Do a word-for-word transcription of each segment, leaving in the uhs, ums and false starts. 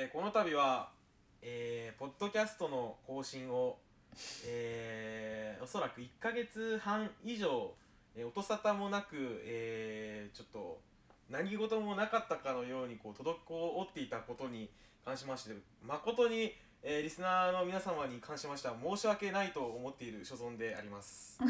えー、この度は、えー、ポッドキャストの更新を、えー、おそらくいっかげつはん以上、えー、音沙汰もなく、えー、ちょっと何事もなかったかのようにこう滞っていたことに関しまして誠に、えー、リスナーの皆様に関しましては申し訳ないと思っている所存であります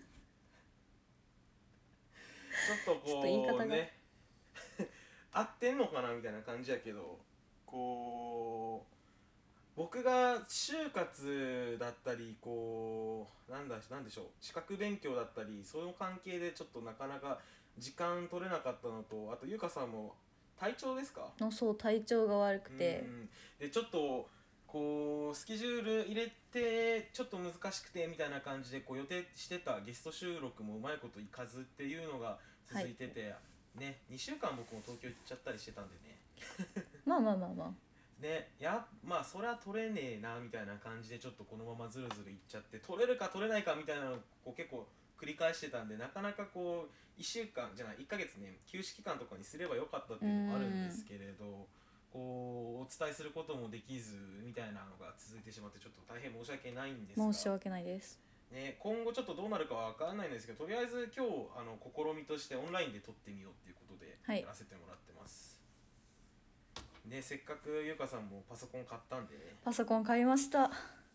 ちょっとちょっと言い方がこうね合ってんのかなみたいな感じやけど、こう僕が就活だったりこうなんだなんでしょう資格勉強だったりそういう関係でちょっとなかなか時間取れなかったのと、あとゆかさんも体調ですか？ のそう体調が悪くうて、 んでちょっとこうスケジュール入れてちょっと難しくてみたいな感じでこう予定してたゲスト収録もうまいこといかずっていうのが続いてて、ねにしゅうかん僕も東京行っちゃったりしてたんでねまあまあまあまあでやまあそれは取れねえなみたいな感じでちょっとこのままずるずるいっちゃって取れるか取れないかみたいなのをこう結構繰り返してたんで、なかなかこういっしゅうかんじゃないいっかげつね休止期間とかにすればよかったっていうのもあるんですけれど、こうお伝えすることもできずみたいなのが続いてしまってちょっと大変申し訳ないんですが、 申し訳ないです。 ね、今後ちょっとどうなるかは分からないんですけど、とりあえず今日あの試みとしてオンラインで撮ってみようっていうことではいやらせてもらってます、ね、せっかくゆかさんもパソコン買ったんでね。 パソコン買いました。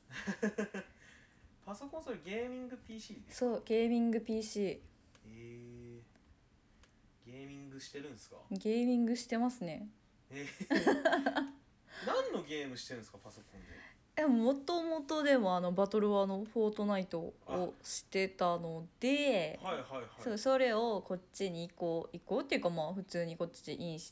パソコンそれゲーミング ピーシー ですか？ そうゲーミング ピーシー。 えー、ゲーミングしてるんですか？ ゲーミングしてますね。 えー、何のゲームしてるんですかパソコンで？ えもともとでもあのバトルワーのフォートナイトをしてたので、 はいはいはい、 そうそれをこっちに移行移行っていうかまあ普通にこっちでインして、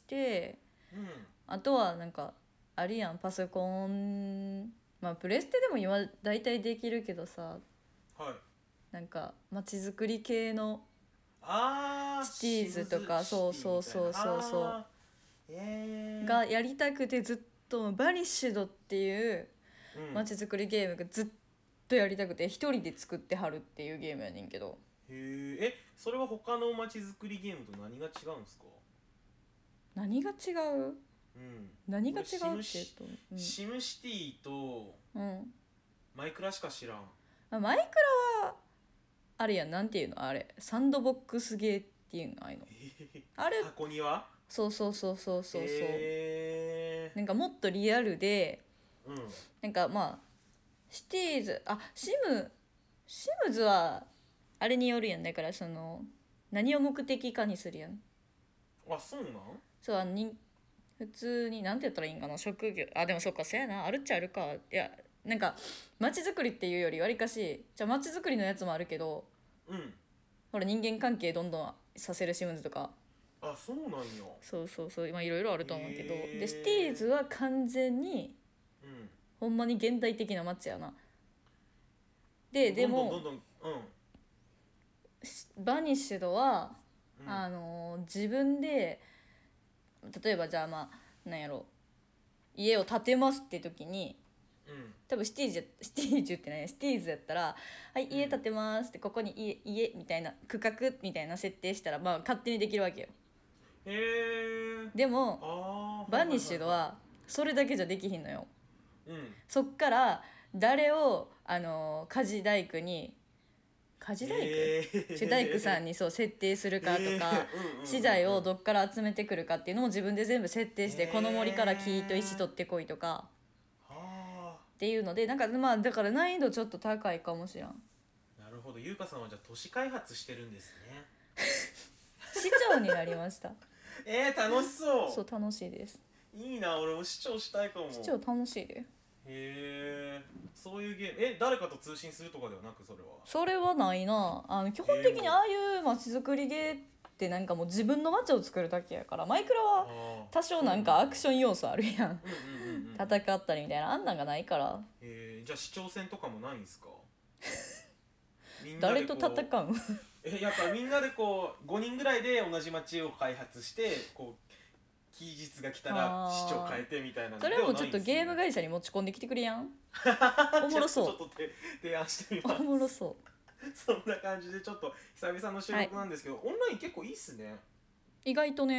うん、 あとはなんかあるやんパソコン、まあプレステでも今大体できるけどさ、 はい、 なんか街づくり系のあーシティーズとかシムズそうそうそうそうそうあー、えー、 がやりたくてずっとバニッシュドっていううん、 街づくりゲームがずっとやりたくて一人で作ってはるっていうゲームやねんけど、 へーえそれは他の街づくりゲームと何が違うんですか？ 何が違ううん何が違うって言うと、 シムシティとうん、うん、 マイクラしか知らん。 あマイクラはあれやんなんていうのあれサンドボックスゲーっていうのああいうのあれ箱庭そうそうそうそうそうそう、 へーなんかもっとリアルでうんなんかまあシティーズあシムシムズはあれによるやんだからその何を目的かにするやん。 あそうなんそうあのに普通になんて言ったらいいんかな職業あでもそっかせやなあるっちゃあるかいやなんか街づくりっていうよりわりかしじゃあ街づくりのやつもあるけどうんほら人間関係どんどんさせるシムズとかあそうなんやそうそうそう今いろいろあると思うけど、 へーでスティーズは完全にうんほんまに現代的な街やな。ででもどんどんどんどんうんバニッシュドは、 うんあのー自分で例えばじゃあまあなんやろ家を建てますって時にうん多分シティーズシティーズってねスティーズやったら「はい家建てます」ってここに家家みたいな区画みたいな設定したらまあ勝手にできるわけよ。 へえでもあーバニッシュドはそれだけじゃできひんのよ。 うんそっから誰をあの家事大工に家事大工、 へー家大工さんにそう設定するかとか、 へーうんうんうんうん資材をどっから集めてくるかっていうのも自分で全部設定して、 へーこの森から木と石取ってこいとかはっていうのでなんかまあだから難易度ちょっと高いかもしらん。 あなるほど、ゆうかさんはじゃあ都市開発してるんですね。 市長になりましたえー、楽しそうそう楽しいです。 いいな、俺も視聴したいかも。 市長楽しいで。 へえ、そういうゲーム、え、誰かと通信するとかではなく、それは。 それはないなあの基本的にああいう街づくりゲーってなんかもう自分の街を作るだけやから、マイクラはあ多少なんかアクション要素あるやんーうんうんうんうん。 戦ったりみたいなあんなんがないから。 えー、じゃあ市長選とかもないんすか？みんな誰でことう戦うんえ、やっぱみんなでこうごにんぐらいで同じ街を開発してこう期日が来たらあー市長変えてみたいなのそれもちょっとゲームが会社に持ち込んできてくれやんおもろちょそっと手提案してみうますおもろそうそんな感じでちょっと久々の収録なんですけど、オンライン結構いいっすね。 意外とね。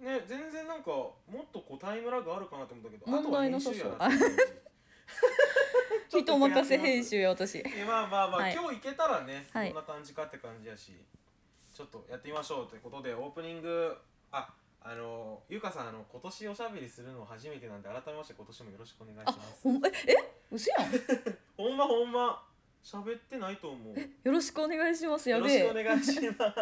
ね、全然なんかもっとこうタイムラグあるかなと思ったけど、 問題なさそうあとは編集やなって感じ人任せ編集や私。 えまあまあまあ、 はい、 今日行けたらね、 はい、 どんな感じかって感じやし、ちょっとやってみましょうということで、オープニング、ああのゆうかさん、あの今年おしゃべりするの初めてなんで、改めまして今年もよろしくお願いしあます。 ほんええ嘘やんほんまほんま喋ってないと思う。 よろしくお願いします。やべえ。 よろしくお願いします。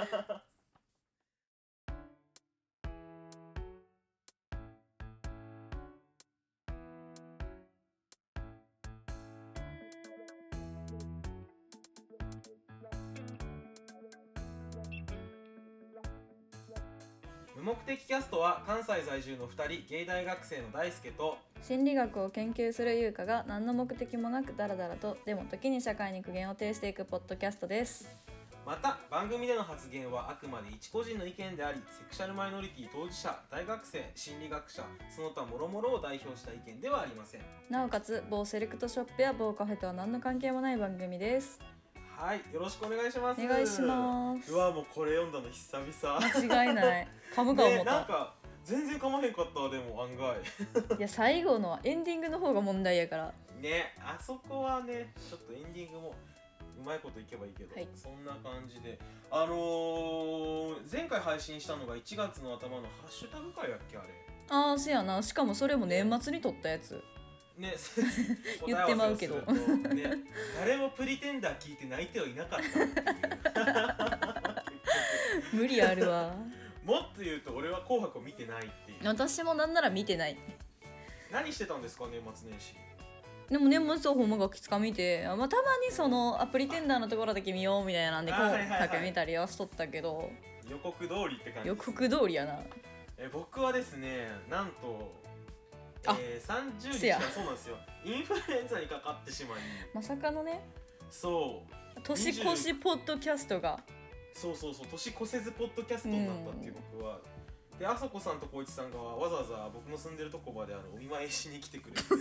無目的キャストは関西在住のふたり、芸大学生の大輔と心理学を研究する優香が何の目的もなくダラダラと、でも時に社会に苦言を呈していくポッドキャストです。 また番組での発言はあくまで一個人の意見であり、セクシャルマイノリティ当事者、大学生、心理学者、その他諸々を代表した意見ではありません。 なおかつ某セレクトショップや某カフェとは何の関係もない番組です。 はい、よろしくお願いします。 お願いします。 うわ、もうこれ読んだの久々。 間違いない。噛むか思った、 ね、なんか全然噛まへんかった。でも案外いや最後のエンディングの方が問題やからね、あそこはね、ちょっとエンディングもうまいこといけばいいけど、 はい、 そんな感じで、あのー、前回配信したのがいちがつの頭のハッシュタグ会やっけ、あれ。 ああせやな。しかもそれも年末に撮ったやつね、 言ってまうけど答え合わせをするとね、誰もプリテンダー聞いて泣いてはいなかったっていう無理あるわもっと言うと俺は紅白を見てないっていう。 私もなんなら見てない。 何してたんですか、年末年始。 でも年末はほんまガキつか見て、まあ、たまにそのアプリテンダーのところだけ見ようみたいなんでこうかけ見たりはしとったけど、 予告通りって感じ。 予告通りやな。 え僕はですね、なんとえー、さんじゅうにちからそうなんですよ、インフルエンザにかかってしまい、 まさかのね、 そう年越しポッドキャストがそうそうそう年越せずポッドキャストになったっていう、僕は。で、あそこさんと光一さんがわざわざ僕の住んでるとこまであのお見舞いしに来てくれてで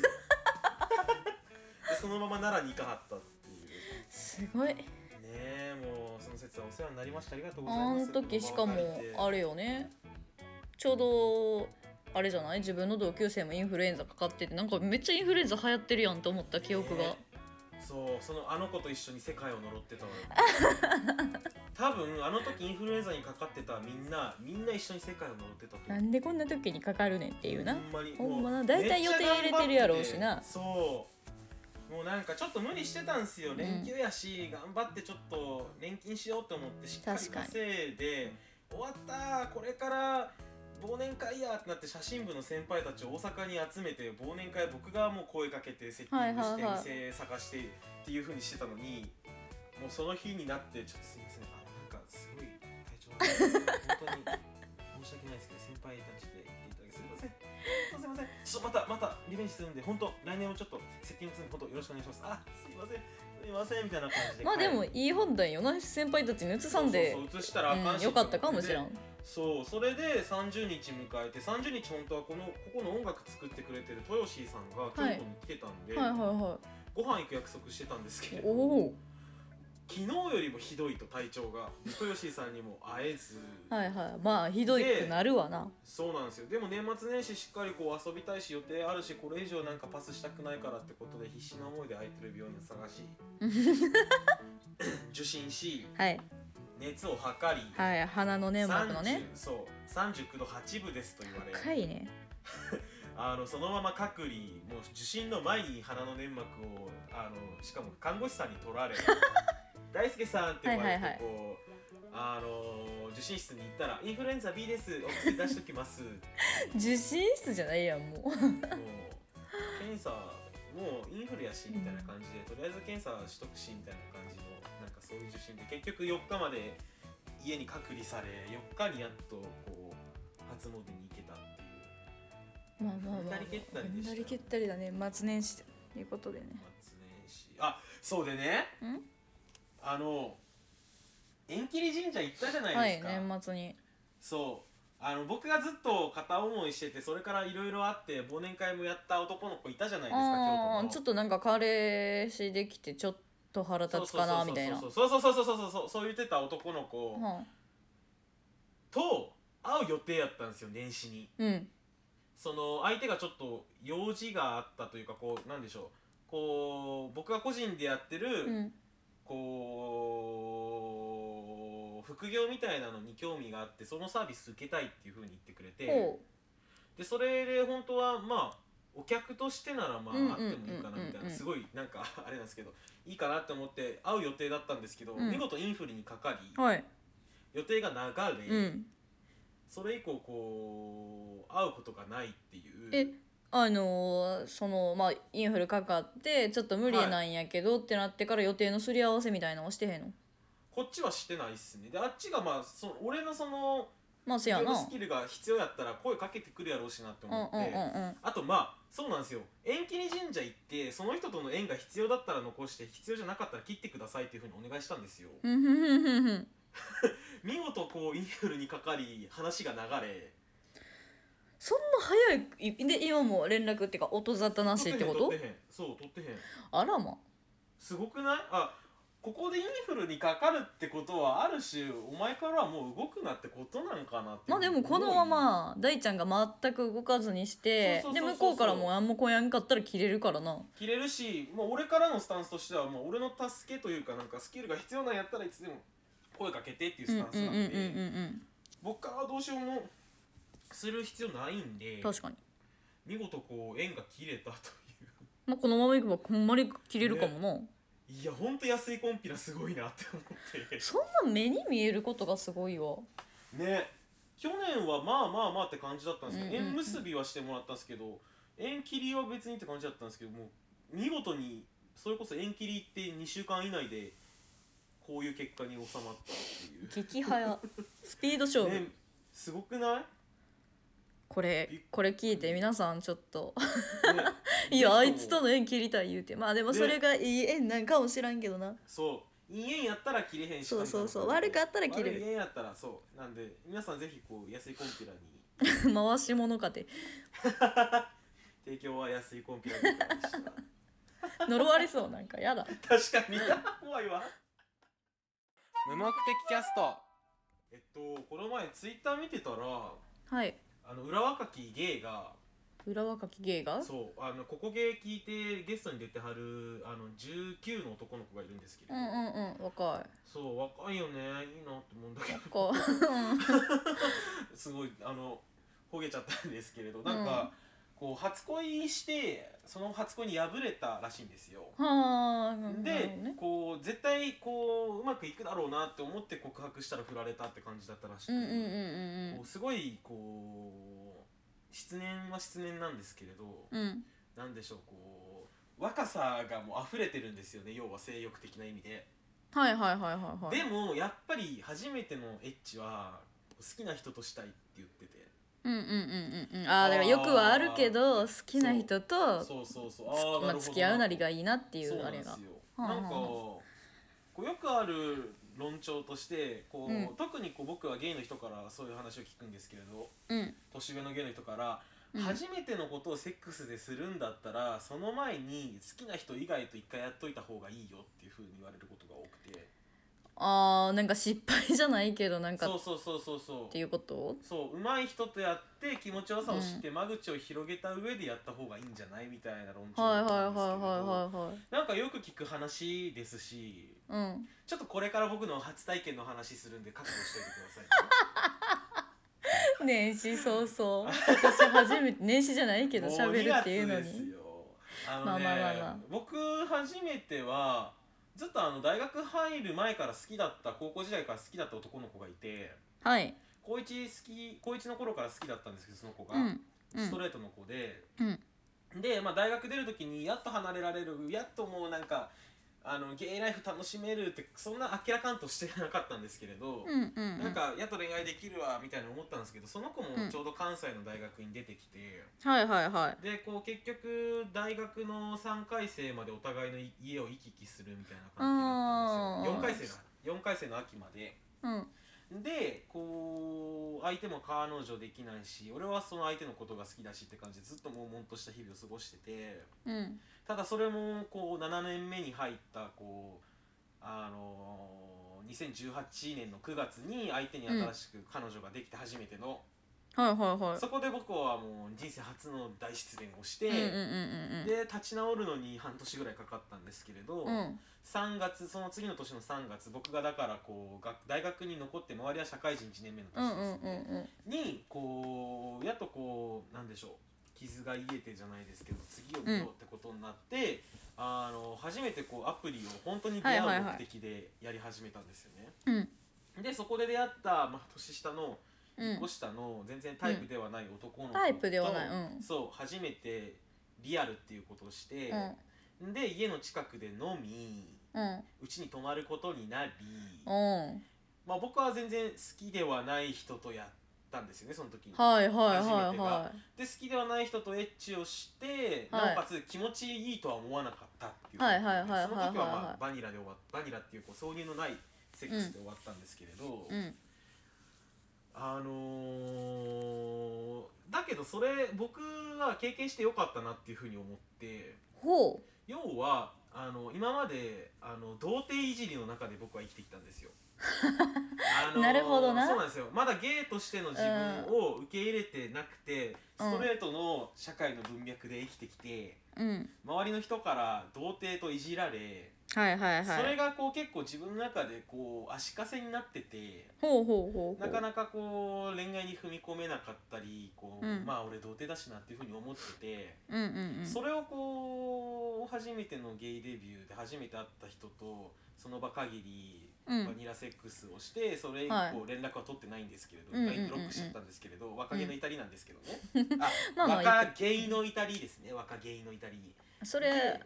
そのまま奈良に行かはったっていう。 すごいねえ、もうその説はお世話になりました。ありがとうございます。 あの時しかもあれよね、ちょうどあれじゃない、自分の同級生もインフルエンザかかってて、なんかめっちゃインフルエンザ流行ってるやんと思った記憶が、ね、 そう、そのあの子と一緒に世界を呪ってたのよ多分あの時インフルエンザにかかってたみんなみんな一緒に世界を呪ってたと。 なんでこんな時にかかるねんっていうな。 ほんまにほんまな、だいたい予定入れてるやろうしな。 そうもうなんかちょっと無理してたんすよ、連休やし、頑張ってちょっと年金しようと思ってしっかり稼いで、終わったこれから忘年会やってなって、写真部の先輩たちを大阪に集めて忘年会僕がもう声かけてセッティングして店探してっていう風にしてたのに、もうその日になってちょっとすいません、あなんかすごい体調悪い本当に申し訳ないですけど先輩たちで言っていただきすいませんすいません、ちょっとまたまたリベンジするんで、本当来年もちょっとセッティングするんで本当よろしくお願いします。あ、すいませんすいませんみたいな感じで。 まあでもいい判断よな、先輩たちに移さんで。 そうそうそう、移したらあかんし、 うん、よかったかもしらん。 そう、それでさんじゅうにち迎えて、さんじゅうにち本当はこのここの音楽作ってくれてる豊志さんが京都に来てたんで、 はいはいはいはい、 ご飯行く約束してたんですけれど、 お昨日よりもひどいと体調が、豊志さんにも会えずはいはい、まあひどいくなるわな。 そうなんですよ。でも年末年始しっかりこう遊びたいし予定あるし、これ以上なんかパスしたくないからってことで必死な思いで空いてる病院を探し受診し、はい、熱を測り、 はい、鼻の粘膜のね、 そうさんじゅうきゅうどはちぶですと言われ、 高いねあのそのまま隔離、もう受診の前に鼻の粘膜をあのしかも看護師さんに取られ大輔さんって言われて、こう、はいはいはい、あの受診室に行ったらインフルエンザ ビー です、お薬出しときます受診室じゃないやん、もうもう検査もうインフルやしみたいな感じで、とりあえず検査しとくしみたいな感じの、なんかそういう受診で、結局よっかまで家に隔離され、よっかにやっとこう初詣に行けたっていう、 まあまあまあ、 踏んだり蹴ったりでした。 踏んだり蹴ったりだね、末年始ということでね。 末年始、あ、そうでね、んあの縁切り神社行ったじゃないですか。 はい、年末に。 そうあの僕がずっと片思いしてて、それからいろいろあって忘年会もやった男の子いたじゃないですか、京都の。 ちょっとなんか彼氏できてちょっと腹立つかなみたいな、 そうそうそうそうそうそうそうそうそうそう言ってた男の子、うん、と会う予定やったんですよ、年始に。 うんその相手がちょっと用事があったというか、こうなんでしょう、こう僕が個人でやってる、 うんこう副業みたいなのに興味があって、そのサービス受けたいっていう風に言ってくれて、 ほでそれで本当はまあお客としてならまうんうんあ会ってもいいかなみたいな、 うんうんうんすごいなんかあれなんですけど、いいかなって思って会う予定だったんですけど、 うん見事インフルにかかりうはい予定が流れ、 うんそれ以降こう会うことがないっていう。 えあのーそのまあインフルかかってちょっと無理なんやけどってなってから予定のすり合わせみたいなのをしてへんの？ こっちはしてないっすね。であっちがまあその俺のそのまあせやな。 副業のスキルが必要やったら声かけてくるやろうしなってうんうん思って、 うんあとまあそうなんですよ、縁切り神社行ってその人との縁が必要だったら残して、必要じゃなかったら切ってくださいっていうふうにお願いしたんですよ。 うんふんふんふんふん。 見事こうインフルにかかり話が流れ、 そんな早いで今も連絡っていうか音沙汰なしってこと？ 取ってへん、そう取ってへん。 あらますごくない？あ、ここでインフルにかかるってことはある種お前からはもう動くなってことなんかなっていう。 まあでもこのまま大ちゃんが全く動かずにしてでそうそうそうそう向こうからもう何も来やんかったら切れるからな。 切れるし、もう俺からのスタンスとしてはもう俺の助けというか、なんかスキルが必要なんやったらいつでも声かけてっていうスタンスなんで、僕からはどうしようもする必要ないんで、 確かに、 見事こう縁が切れたという。 まあ、このままいけばほんまに切れるかもな、ね、 いやほんと安いコンピラすごいなって思ってそんな目に見えることがすごいわね。去年はまあまあまあって感じだったんですけど、 うんうんうん縁結びはしてもらったんですけど、縁切りは別にって感じだったんですけど、もう見事にそれこそ縁切りってにしゅうかん以内でこういう結果に収まったっていう激早スピード勝負、 ね、すごくない？ これこれ聞いて皆さんちょっとねいやあいつぜひもとの縁切りたい言うて、まあでもそれがいい縁なんかもしらんけどな、 そういい縁やったら切れへんし、 そうそうそう悪かったら切れる悪い縁やったらそうなんで、皆さんぜひこう安いコンピラに回し物かて提供は安いコンピラみたいでした呪われそうなんかやだ確かに怖いわ。無目的キャスト。えっとこの前ツイッター見てたら、 はいあの裏若きゲイが、 裏若き芸がそうあのここゲイ聞いてゲストに出てはるあのじゅうきゅうの男の子がいるんですけど、 うんうんうん若そう若いよね、いいなって思うんだけいど若すごいあのほげちゃったんですけれど、なんか、こう初恋してその初恋に敗れたらしいんですよ。 はあなるほどで、 ねこう絶対こううまくいくだろうなって思って告白したら振られたって感じだったらしく、 うんうんうんうんこうすごいこう失念は失念なんですけれど、 うんうんなんでしょう、こう若さがもう溢れてるんですよね、要は性欲的な意味で。 はいはいはいはいはいでもやっぱり初めてのエッチは好きな人としたいって言ってて、 うんうんうんうんうんああだからよくはあるけど好きな人とそうそうそう、 つまあ付き合うなりがいいなっていうあれがそうなんですよ。 はあはあなんかこうよくある論調としてこう、 うん特にこう僕はゲイの人からそういう話を聞くんですけれど、 うん年上のゲイの人から、 うん初めてのことをセックスでするんだったらその前に好きな人以外と一回やっといた方がいいよっていうふうに言われることが多くて、 あーなんか失敗じゃないけどなんかっそうそうそうそうそうていうことそう上手い人とやって気持ちよさを知って間口を広げた上でやった方がいいんじゃないみたいな論調はいはいはいだったんですけれど、 はいはいはいなんかよく聞く話ですし、 うんちょっとこれから僕の初体験の話するんで覚悟しておいてくださいね。 年始早々私初めて年始じゃないけどもう喋るっていうのにがつですによ。あのね、 まあまあまあまあ僕初めてはずっとあの大学入る前から好きだった、高校時代から好きだった男の子がいて、 はい高一好き高一の頃から好きだったんですけど、その子が、 うんうんストレートの子で、 うんで、まあ、大学出る時にやっと離れられる、やっともうなんかあのゲイライフ楽しめるって、そんなあっけらかんとしてなかったんですけれど、 うんうんうんなんかやっと恋愛できるわみたいな思ったんですけど、その子もちょうど関西の大学に出てきて、 はいはいはいでこう結局大学のさんかい生までお互いの家を行き来するみたいな感じだったんですよ。 あーよんかい生のよんかい生の秋まで。 うんでこう相手も彼女できないし、俺はその相手のことが好きだしって感じでずっと悶々とした日々を過ごしてて、 うんただそれもこうななねんめに入ったこうあのにせんじゅうはちねんのくがつに相手に新しく彼女ができて初めての、 はいはいはい。 そこで僕はもう人生初の大失恋をして、 うんうんうんうんで立ち直るのに半年ぐらいかかったんですけれど、 うん。 さんがつ、その次の年のさんがつ、僕がだからこう学大学に残って周りは社会人いちねんめのうんうん年ですね、 うんうんにこうやっとこうなんでしょう、傷が癒えてじゃないですけど次を見ようってことになって、うん、あの初めてこうアプリを本当に出会う目的でやり始めたんですよね、 はいはいはい、 でそこで出会った、まあ、年下のうん、 いっこ下の全然タイプではない男の子と、 タイプではない、うん、 そう初めてリアルっていうことをして、 うん、 で家の近くで飲み、うち、ん、に泊まることになり、 うん、 まあ、僕は全然好きではない人とやったんですよねその時に、 はいはいはい初めてが、 はで好きではない人とエッチをして、 はい、 なおかつ気持ちいいとは思わなかったっていう、 はいはいはいはいはい、 その時は、まあ、バニラで終わっバニラっていうこう挿入のないセックスで終わったんですけれど、 うんうん、 あのー、だけどそれ僕は経験してよかったなっていうふうに思って、 ほう、 要はあの今まであの童貞いじりの中で僕は生きてきたんですよあのー、 なるほどな。 そうなんですよ。まだゲイとしての自分を受け入れてなくて、うん、ストレートの社会の文脈で生きてきて、うん、周りの人から童貞といじられ、 はいはいはい、 それがこう結構自分の中でこう足かせになってて、 ほうほうほうほう、 なかなかこう恋愛に踏み込めなかったりこう、うん、まあ俺童貞だしなっていうふうに思ってて、うんうんうん、それをこう初めてのゲイデビューで初めて会った人とその場限りバニラセックスをして、それ以降連絡は取ってないんですけれど、ライン、ブロックしちゃったんですけれど、若気の至りなんですけどね、うん、あ、まあまあ若ゲイの至りですね、若ゲイの至り、 それ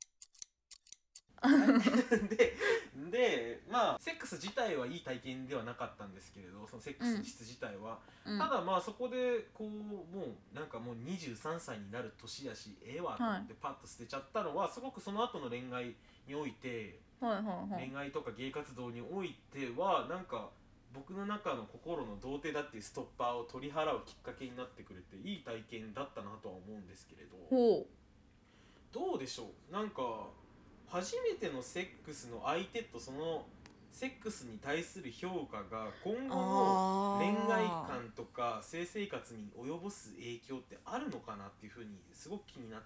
で, でまあセックス自体はいい体験ではなかったんですけれど、そのセックスの質自体は、うん、ただまあそこでこうもうなんかもうにじゅうさんさいになる年やしええわと思ってパッと捨てちゃったのは、はい、すごくその後の恋愛において、はいはいはい、恋愛とかゲイ活動においてはなんか僕の中の心の童貞だっていうストッパーを取り払うきっかけになってくれていい体験だったなとは思うんですけれど、ほうどうでしょう、なんか初めてのセックスの相手とそのセックスに対する評価が今後の恋愛観とか性生活に及ぼす影響ってあるのかなっていうふうにすごく気になって、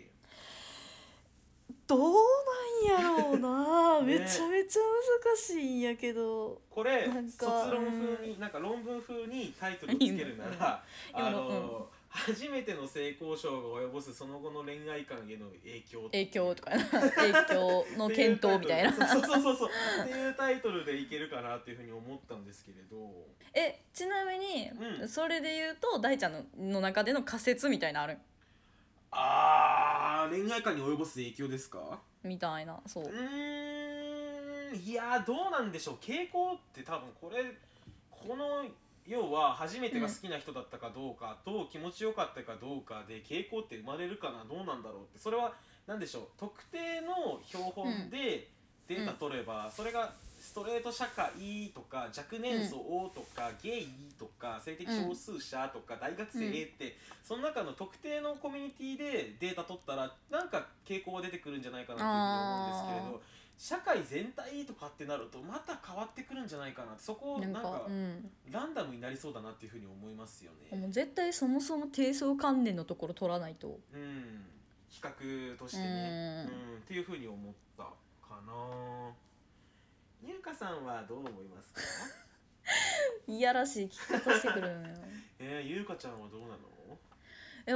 どうなんやろうな、ね、めちゃめちゃ難しいんやけど、 これ卒論風になんか論文風にタイトルをつけるならあの、うん初めての性交渉が及ぼすその後の恋愛観への影響影響とかな影響の検討みたいなそうそうそうそうっていうタイトルでいけるかなっていうふうに思ったんですけれど、 えちなみに、うん、それで言うと大ちゃん の, の中での仮説みたいなのある？ あー恋愛観に及ぼす影響ですかみたいな、そううーんいやどうなんでしょう、傾向って多分これこの要は初めてが好きな人だったかどうかと気持ちよかったかどうかで傾向って生まれるかな、どうなんだろうって、それは何でしょう、特定の標本でデータ取れば、うん、それがストレート社会とか若年層とか、うん、ゲイとか性的少数者とか、うん、大学生って、うん、その中の特定のコミュニティでデータ取ったらなんか傾向が出てくるんじゃないかなというふうに思うんですけれど、社会全体とかってなるとまた変わってくるんじゃないかな、そこなんか、なんか、うん、ランダムになりそうだなっていうふうに思いますよね。 もう絶対そもそも低層関連のところ取らないと、 うん、比較としてね、うん、うん、っていうふうに思ったかな。ゆうかさんはどう思いますか？ いやらしい聞き方してくるのよえー、ゆうかちゃんはどうなの？ え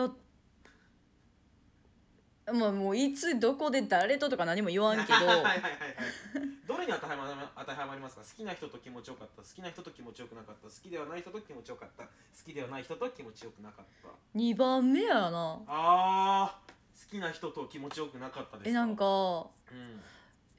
まあ、もういつどこで誰ととか何も言わんけどはいはいはい、はい、 どれに当てはまり、当てはまりますか？好きな人と気持ちよかった、好きな人と気持ちよくなかった、好きではない人と気持ちよかった、好きではない人と気持ちよくなかった。 にばんめやなあー好きな人と気持ちよくなかったですか？ えなんか、うん、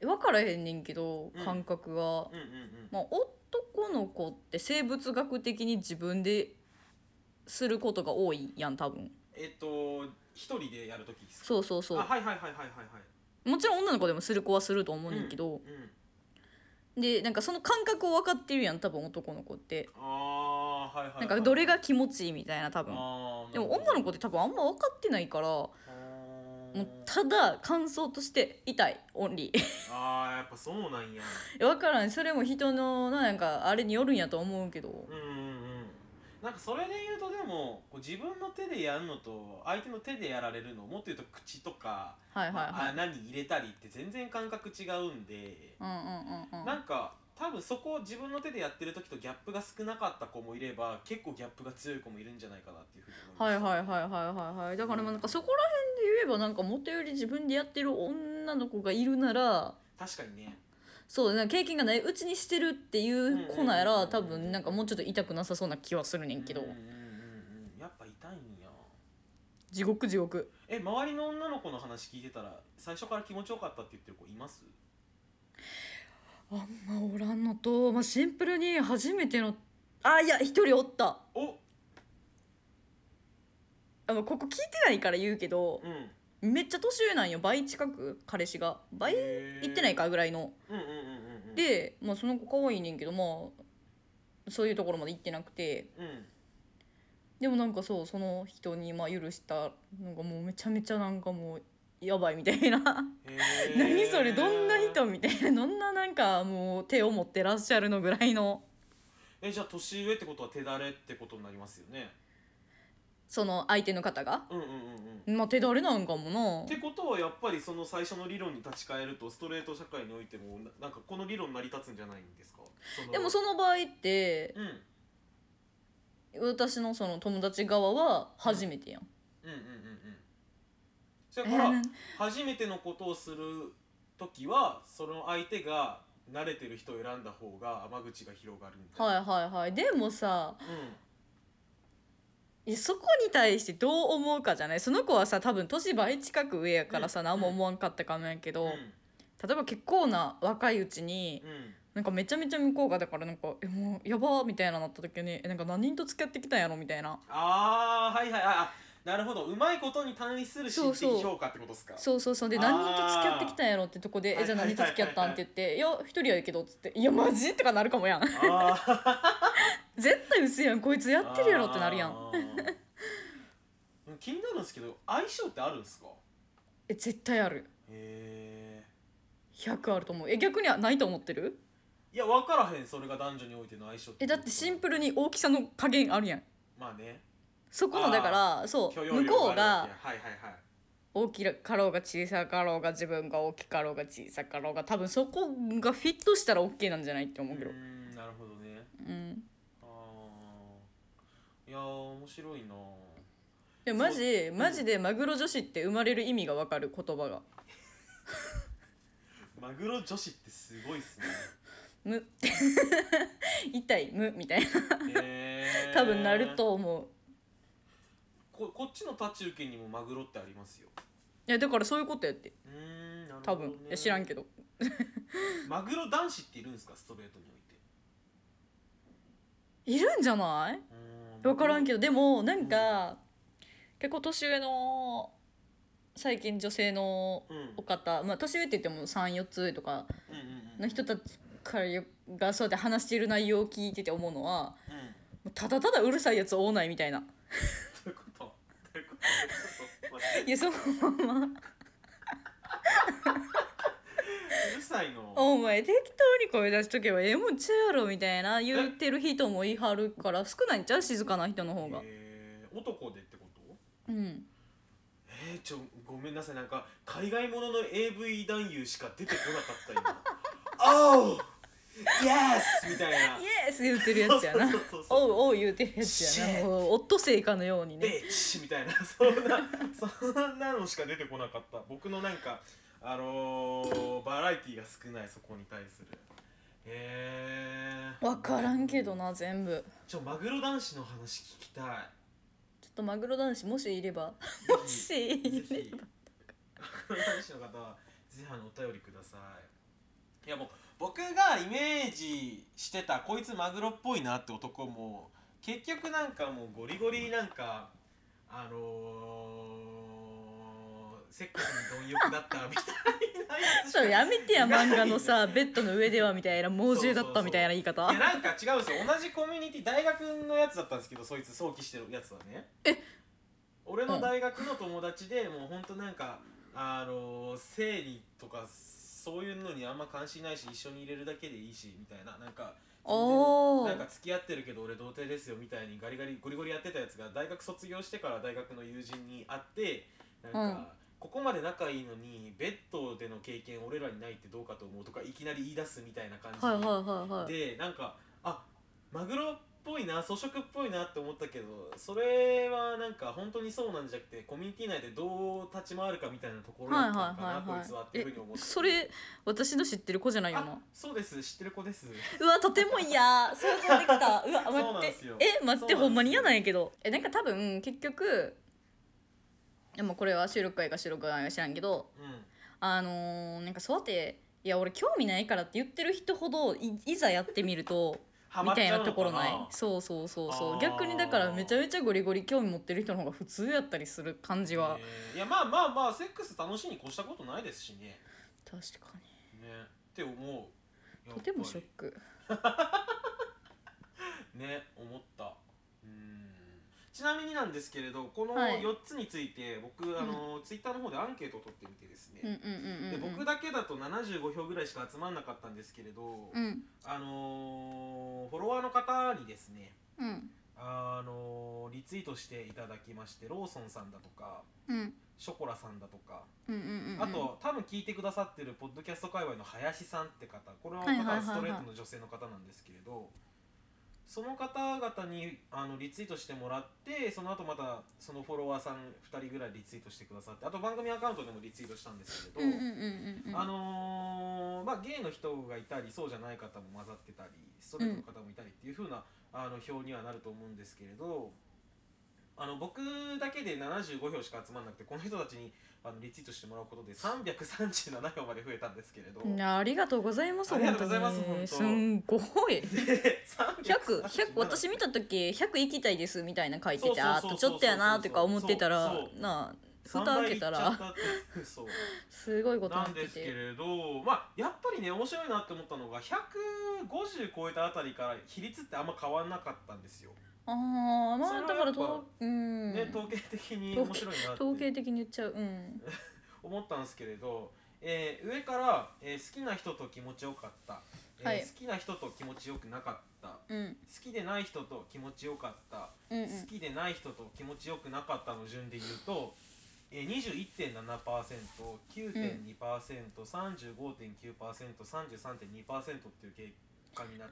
分からへんねんけど感覚が、うんうんうんうんまあ、男の子って生物学的に自分ですることが多いやん多分。 えっと一人でやるときですか？ そうそうそう。 あはいはいはいはいはいはいもちろん女の子でもする子はすると思うねんけど、うんうん、でなんかその感覚を分かってるやん多分男の子って。 あはいはい、はい、 なんかどれが気持ちいいみたいな多分。でも女の子って多分あんま分かってないからもうただ感想として痛いオンリーあーやっぱそうなんや。 分からん、それも人のなんかあれによるんやと思うけど、 うんうんうん。なんかそれで言うとでもこう自分の手でやるのと相手の手でやられるの、もっと言うと口とか、 はいはいはい、 まあ、穴に入れたりって全然感覚違うんで、 うんうんうんうん、 なんか多分そこを自分の手でやってる時とギャップが少なかった子もいれば結構ギャップが強い子もいるんじゃないかなっていうふうに思いました。 はいはいはいはいはいはい。だからなんかそこら辺で言えばなんかもとより自分でやってる女の子がいるなら、 確かにね。 そうなんか経験がないうちにしてるっていう子なら多分なんかもうちょっと痛くなさそうな気はするねんけど、 うんうんうんうん、やっぱ痛いんや。 地獄地獄。 え、周りの女の子の話聞いてたら最初から気持ちよかったって言ってる子います？ あんまおらんのと、まあ、シンプルに初めての、あいや一人おった。 おあのここ聞いてないから言うけど、 うん、 めっちゃ年上なんよ。倍近く彼氏が倍いってないかぐらいの、 うんうんうんうん、 で、まあ、その子可愛いねんけど、まあそういうところまで行ってなくて、 うん、 でもなんかそうその人にまあ許したのがもうめちゃめちゃなんかもうやばいみたいな何それどんな人みたいな、どんななんかもう手を持ってらっしゃるのぐらいの。 え、じゃあ年上ってことは手だれってことになりますよね。 その相手の方が、 うんうんうんうん、 まあ手だれなんかもな。 ってことはやっぱりその最初の理論に立ち返るとストレート社会においてもななんかこの理論成り立つんじゃないんですか。そのでもその場合って、 うん、 私のその友達側は初めてやん、 うんうんうんうん。だから、えー、初めてのことをする時はその相手が慣れてる人を選んだ方が間口が広がるみたいな。 はいはいはい。でもさ、 うん、 そこに対してどう思うかじゃない。その子はさ多分年倍近く上やからさ、うん、何も思わんかったかもやけど、うん、例えば結構な若いうちに、うん、なんかめちゃめちゃ向こうがだからなんかえもうやばみたいななった時にえなんか何人と付き合ってきたんやろみたいな。 あーはいはいあなるほど、うまいことに対する心的評価ってことですか。 そうそうそうで何人と付き合ってきたんやろってとこでえじゃあ何と付き合ったんって言っていや一人やけどっつっていやマジとかなるかもやんあ絶対嘘やんこいつやってるやろってなるやん気になるんですけど相性ってあるんですか。 え絶対ある。へえひゃくあると思う。え逆にはないと思ってる。 いや分からへん、それが男女においての相性って。 えだってシンプルに大きさの加減あるやん。 まあねそこのだからそう向こうが大きかろうが小さかろうが自分が大きかろうが小さかろうが多分そこがフィットしたら OK なんじゃないって思うけど。 うんなるほどね。 うんあいや面白いな。 でもマジマジでマグロ女子って生まれる意味が分かる言葉がマグロ女子ってすごいっすねむ痛いむみたいな多分なると思う。 こ, こっちの立ち受けにもマグロってありますよ。 いやだからそういうことやって。 うーんなるほど、ね、 多分いや知らんけどマグロ男子っているんですか、ストレートにおいて。いるんじゃない分からんけど、でもなんか、うん、結構年上の最近女性のお方、うん、まあ年上って言ってもさん、よっつとかの人たちからがそうやって話している内容を聞いてて思うのは、うん、ただただうるさいやつ多ないみたいな。 どういうことどういうこといやそのままうるさいのお前適当に声出しとけばええもんちゃうやろみたいな言ってる人もいはるから少ないんちゃう、静かな人の方が。 えー、男でってこと。 うんえー、ちょごめんなさい、なんか海外ものの エーブイ 男優しか出てこなかった今おうイエスみたいなイエス言うてるやつやなおうおう言うてるやつやな、もうオットセイかのようにねビッチみたいなそんなそんなのしか出てこなかった。僕のなんかあのー、バラエティが少ない、そこに対する。へえ分からんけどな全部。 ちょマグロ男子の話聞きたい。 ちょっとマグロ男子もしいればもしいればマグロ男子の方はぜひあのお便りください。いやもう僕がイメージしてたこいつマグロっぽいなって男も結局なんかもうゴリゴリなんかあのー、セックスに貪欲だったみたいなやつ。 そうやめてや漫画のさベッドの上ではみたいな猛獣だったみたいな言い方。 いやなんか違うんですよ、同じコミュニティ大学のやつだったんですけど、そいつ早期してるやつはね。 え俺の大学の友達でもうほんとなんかあの生理とかそういうのにあんま関心ないし一緒に入れるだけでいいしみたいな、なんか全然なんか付き合ってるけど俺童貞ですよみたいにガリガリゴリゴリやってたやつが大学卒業してから大学の友人に会ってなんか、うん、ここまで仲いいのにベッドでの経験俺らにないってどうかと思うとかいきなり言い出すみたいな感じで、 はいはいはいはい、 でなんかあマグロっぽいな、草食っぽいなって思ったけど、それはなんか本当にそうなんじゃなくてコミュニティ内でどう立ち回るかみたいなところだったのかな、はいはいはいはい、こいつはっていうふうに思って。 それ私の知ってる子じゃないよな。 そうです、知ってる子です。 うわとても嫌、想像できた。うわ待ってえ待ってほんまに嫌なんやけど、えなんか多分結局でもこれは収録会か収録会か知らんけど、うん、あのー、なんかそうやっていや俺興味ないからって言ってる人ほど い, いざやってみるとみたいなところない。そうそうそうそう、逆にだからめちゃめちゃゴリゴリ興味持ってる人の方が普通やったりする感じは、 えー、いやまあまあまあセックス楽しいに越したことないですしね。 確かにねって思う。 とてもショックね思った。うん、ちなみになんですけれどこのよっつについて僕、はい、あの、うん、ツイッターの方でアンケートを取ってみてですね、で僕だけだとななじゅうごひょうぐらいしか集まんなかったんですけれど、うん、あのー、フォロワーの方にですね、うん、あのー、リツイートしていただきまして、ローソンさんだとか、うん、ショコラさんだとか、うんうんうんうん、あと多分聞いてくださってるポッドキャスト界隈の林さんって方、これはストレートの女性の方なんですけれど、その方々にあのリツイートしてもらって、その後またそのフォロワーさんふたりぐらいリツイートしてくださって、あと番組アカウントでもリツイートしたんですけれど、あのー、まあゲイの人がいたりそうじゃない方も混ざってたりストレートの方もいたりっていう風なあの表にはなると思うんですけれど、あの僕だけでななじゅうごひょうしか集まらなくて、この人たちにあのリツイートしてもらうことでさんびゃくさんじゅうななひょうまで増えたんですけれど、 いやありがとうございます。 ありがとうございます。本当すんごいひゃく、ひゃく私見た時ひゃく行きたいですみたいな書いてて、あとちょっとやなとか思ってたらなあ蓋開けたらすごいことになってて、 なんですけれど、まあやっぱりね面白いなって思ったのがひゃくごじゅう超えたあたりから比率ってあんま変わんなかったんですよ。 ああまあだからと、うん、 ね、統計的に面白いなって統計的に言っちゃう、うん、 思ったんですけれど、えー、上から、えー、好きな人と気持ちよかった、えーはい、好きな人と気持ちよくなかった、うん、好きでない人と気持ちよかった、うんうん、好きでない人と気持ちよくなかったの順で言うと、えー、にじゅういってんななパーセント、きゅうてんにパーセント、うん、さんじゅうごてんきゅうパーセント、さんじゅうさんてんにパーセント っていう結果になって、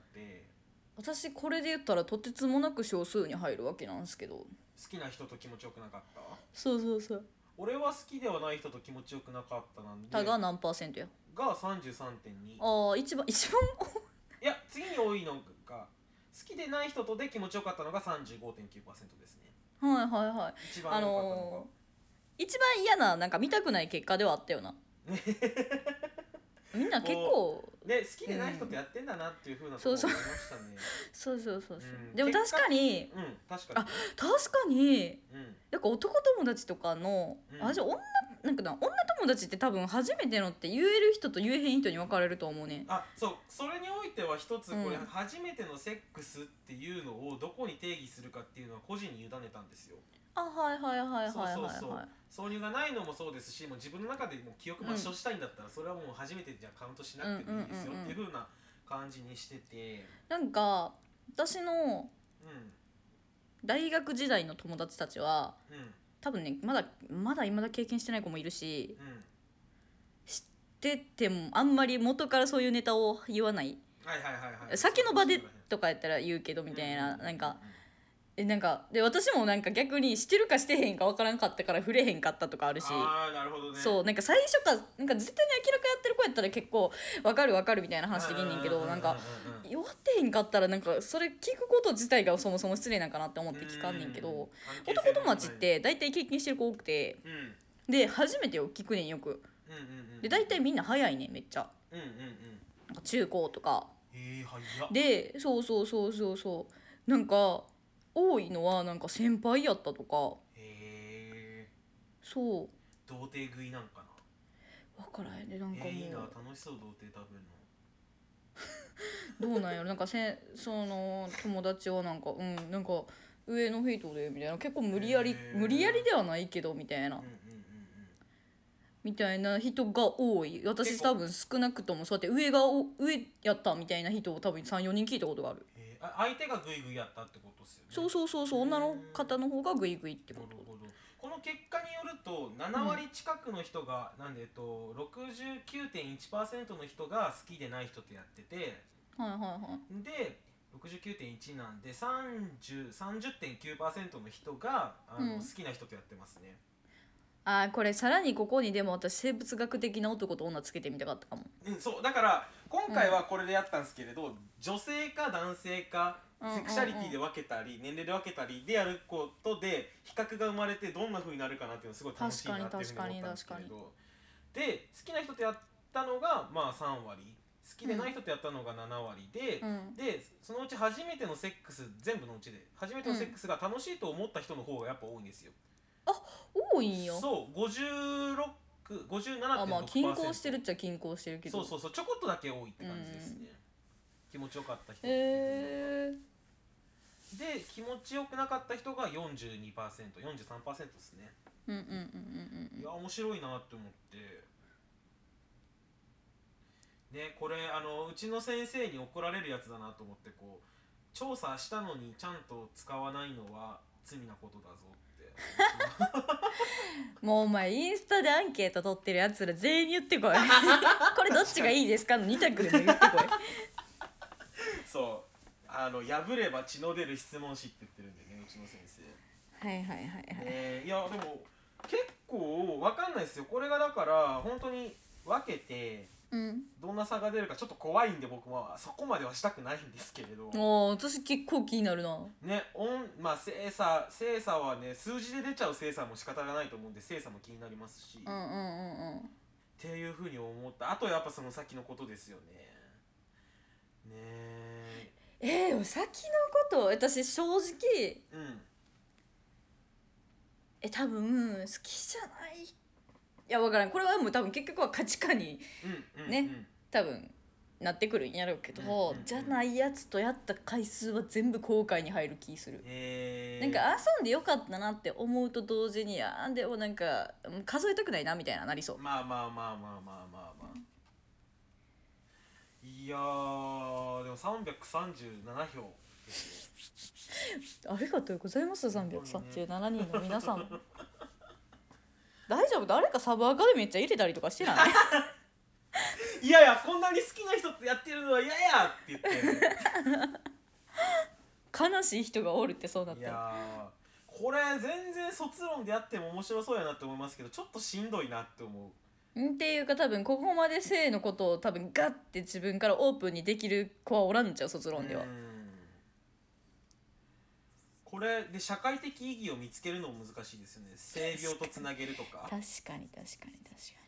私これで言ったらとてつもなく少数に入るわけなんですけど、好きな人と気持ちよくなかった。 そうそうそう、 俺は好きではない人と気持ちよくなかったなんで、 たが何パーセントやが さんじゅうさんてんに。 ああ一番一番いや次に多いのが好きでない人とで気持ちよかったのが さんじゅうごてんきゅうパーセント ですね。 はいはいはい、 一番多かったのが、あのー、一番嫌ななんか見たくない結果ではあったよなみんな結構ね、好きでない人ってやってんだなっていう風なところがありましたね。 そうそうそうそう、うん、でも確かに、 うん、確かに、 あ確かに、うん、なんか男友達とかの、うん、あじゃあ女なんかな女友達って多分初めてのって言える人と言えへん人に分かれると思うね。 あそう、それにおいては一つこれ、うん、初めてのセックスっていうのをどこに定義するかっていうのは個人に委ねたんですよ。 あはいはいはいはいはい、はい、 そうそうそう、挿入がないのもそうですし、もう自分の中でもう記憶抹消したいんだったら、うん、それはもう初めてじゃカウントしなくてもいいですよっていう風な感じにしてて、 なんか私の大学時代の友達たちは、うん、多分ねまだまだ未だ経験してない子もいるし、うん、知っててもあんまり元からそういうネタを言わない、 はいはいはいはい、 先の場でとかやったら言うけどみたいな、なんかえなんかで私もなんか逆にしてるかしてへんか分からんかったから触れへんかったとかあるし、 あなるほど、ね、 そうなんか最初かなんか絶対に明らかやってる子やったら結構分かる分かるみたいな話できんねんけど、なんか弱ってへんかったらなんかそれ聞くこと自体がそもそも失礼なんかなって思って聞かんねんけど、男友達って大体経験してる子多くて、うん、で初めてよ聞くねんよく、うんうんうん、で大体みんな早いねんめっちゃ、うんうんうん、なんか中高とか、 えー、早っでそうそうそうそうそうなんか多いのはなんか先輩やったとか、へーそう童貞食いなんかな分からへんで、なんかもう、えー、いいな楽しそう童貞食べるのどうなんやろなんかせその友達はなんかうんなんか上の人でみたいな結構無理やり無理やりではないけどみたいな、うんうんうんうん、 みたいな人が多い。私多分少なくともそうやって上が上やったみたいな人を多分 さん,よ 人聞いたことがある。 えー、あ相手がグイグイやったってことですよね。 そうそうそうそう、女の方の方がグイグイってこと。 なるほど。この結果によるとなな割近くの人が、うん、なんでえっと ろくじゅうきゅうてんいちパーセント の人が好きでない人とやってて、 はいはいはい。 で ろくじゅうきゅうてんいち なんで さんじゅうてんきゅうパーセント の人があの、うん、好きな人とやってますね。 あ、これさらにここにでも私生物学的な男と女つけてみたかったかも。 うん、そうだから今回はこれでやったんですけれど、うん、女性か男性かセクシャリティで分けたり、うんうんうん、年齢で分けたりでやることで比較が生まれてどんな風になるかなっていうのすごい楽しいなっていうふうに思ったんですけれど、で好きな人とやったのがまあさん割、好きでない人とやったのがなな割で、うん、でそのうち初めてのセックス全部のうちで初めてのセックスが楽しいと思った人の方がやっぱ多いんですよ。 あ、多いんよ。 そう、ごじゅうろく、ごじゅうななてんろくパーセント。あ、まあ均衡してるっちゃ均衡してるけど。 そうそうそう、ちょこっとだけ多いって感じですね。うん、気持ちよかった人。 へー。で、気持ちよくなかった人が よんじゅうにパーセント、よんじゅうさんパーセント ですね。 うんうんうんうんうん。 いや、面白いなって思って。ね、これあのうちの先生に怒られるやつだなと思って、こう調査したのにちゃんと使わないのは罪なことだぞってもうお前インスタでアンケート取ってるやつら全員に言ってこいこれどっちがいいですかのに択でも言ってこいそうあの破れば血の出る質問紙って言ってるんでね、うちの先生。 はいはいはいはい、 えー、いやでも結構わかんないですよ。これがだから本当に分けてうん、 どんな差が出るかちょっと怖いんで、僕はそこまではしたくないんですけれど。 あ、私結構気になるな。 ね、おんまあ精査精査はね、数字で出ちゃう精査も仕方がないと思うんで精査も気になりますし、 うんうんうんうん、 っていうふうに思った。あとやっぱその先のことですよね。ねえー、先のこと私正直、うん、え多分好きじゃない。いや分からん、これはもう多分結局は価値観にね、うんうんうん、多分なってくるんやろうけど、うんうんうん、じゃないやつとやった回数は全部後悔に入る気する。なんか遊んでよかったなって思うと同時に、あでもなんか数えたくないなみたいななりそう。 まあまあまあまあまあまあまあ、いやーでもさんびゃくさんじゅうなな票ですよ。 ありがとうございますさんびゃくさんじゅうななにんの皆さん大丈夫？誰かサブアカでめっちゃ入れたりとかしてない？ いやいや、こんなに好きな人とやってるのは嫌やって言って悲しい人がおるって。そうだったら、いやこれ全然卒論でやっても面白そうやなって思いますけど、ちょっとしんどいなって思う。んっていうか多分ここまで性のことを多分ガッて自分からオープンにできる子はおらんちゃう、卒論では。 これで社会的意義を見つけるのも難しいですよね。性病とつなげるとか。 確かに確かに確かに。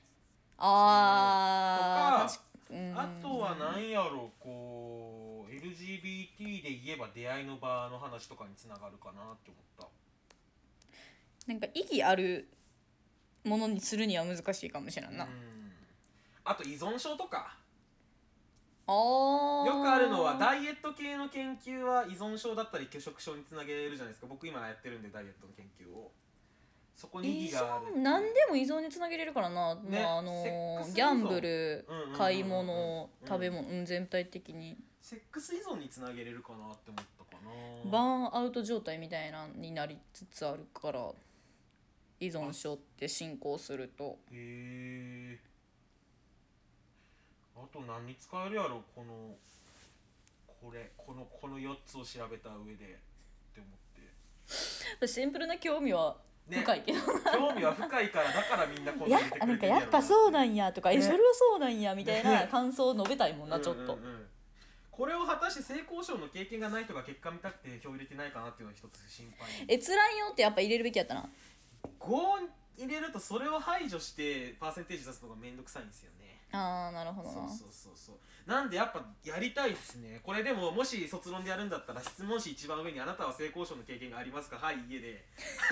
あとか、あとは何やろ、こう エルジービーティー で言えば出会いの場の話とかにつながるかなって思った。 なんか意義あるものにするには難しいかもしれんな。うん、 あと依存症とか。 あよくあるのはダイエット系の研究は依存症だったり拒食症につなげるじゃないですか。僕今やってるんでダイエットの研究を。そこに意義がある。 何でも依存につなげれるからな、ね、まああのー、ギャンブル、買い物、食べ物、うん、全体的にセックス依存につなげれるかなって思ったかな。 バーンアウト状態みたいなになりつつあるから、依存症って進行すると。 へえ。あと何に使えるやろ、このこれこのこのよっつを調べた上でって思って。 シンプルな興味は深いけど、ね、 興味は深いからだからみんなこう入れてくれてるやろな。なんかやっぱそうなんやとか、ね、えそれはそうなんやみたいな感想を述べたいもんな、ね、ちょっと、うんうんうん、 これを果たして性交渉の経験がない人が結果見たくて票入れてないかなっていうのが一つ心配。 閲覧用ってやっぱ入れるべきやったな。 ご入れるとそれを排除してパーセンテージ出すのがめんどくさいんですよね。 ああなるほどな。 そうそうそうそう。なんでやっぱやりたいですね。これでももし卒論でやるんだったら質問紙一番上にあなたは性交渉の経験がありますか、はい家で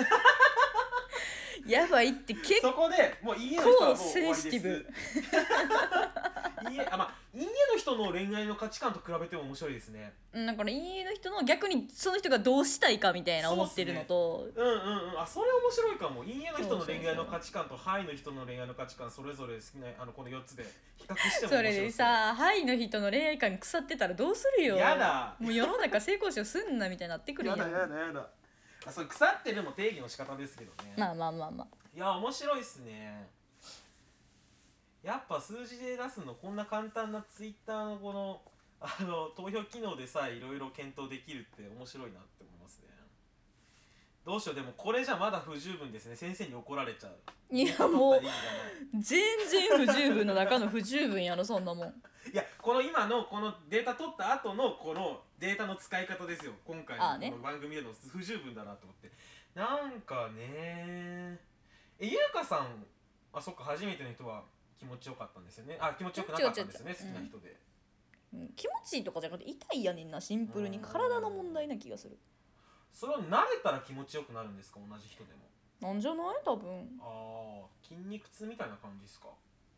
やばいって結構そこでもう家の人はもう終わりです。 センシティブ家あまあ家の人の恋愛の価値観と比べても面白いですね。 うん、だから陰影の人の逆にその人がどうしたいかみたいな思ってるのと、 う、ね、うんうんうん、あ、それ面白いかも。陰影の人の恋愛の価値観とハイの人の恋愛の価値観それぞれ好きなあのこのよっつで比較しても面白い。 それでさ、ハイの人の恋愛観腐ってたらどうするよ。 やだ、 もう世の中成功者すんなみたいになってくるやん。 やだやだやだ。あ、それ腐ってるも定義の仕方ですけどね。 まあまあまあまあ、 いや面白いっすね。やっぱ数字で出すのこんな簡単なツイッターのこのあの投票機能でさえいろいろ検討できるって面白いなって思いますね。どうしよう、でもこれじゃまだ不十分ですね。先生に怒られちゃう。 いやもう全然不十分の中の不十分やろそんなもん。 いや、この今のこのデータ取った後のこのデータの使い方ですよ。今回のこの番組での不十分だなと思って。なんかねえ、ゆうかさん、あ、そっか、初めての人は気持ちよかったんですよね。あ、気持ちよくなかったんですよね、好きな人で、 うんうん、気持ちいいとかじゃなくて痛いやねんな、シンプルに体の問題な気がする。 それは慣れたら気持ちよくなるんですか、同じ人でも。 なんじゃない多分。 ああ、筋肉痛みたいな感じですか。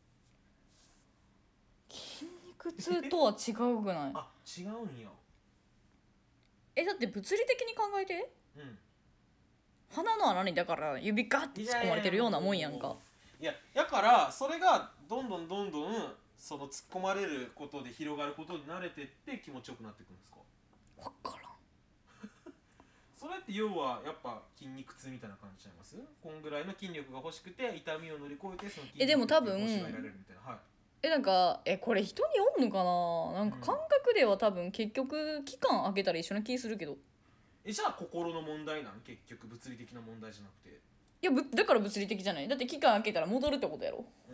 筋肉痛とは違うくないあ、違うんや。 え、だって物理的に考えて、 うん、 鼻の穴にだから指ガッて突っ込まれてるようなもんやんか。 いや、だからそれがどんどんどんどんその突っ込まれることで広がることに慣れてって気持ちよくなっていくんですか。 分からんそれって要はやっぱ筋肉痛みたいな感じちゃいます？こんぐらいの筋力が欲しくて痛みを乗り越えてその筋えでも多分力が欲しがられるみたいな。はい。 えなんかえこれ人におんのかな、なんか感覚では多分結局期間空けたら一緒な気するけど。 え、じゃあ心の問題なん？結局物理的な問題じゃなくて。 いやぶだから物理的じゃない。だって期間空けたら戻るってことやろ。 うん。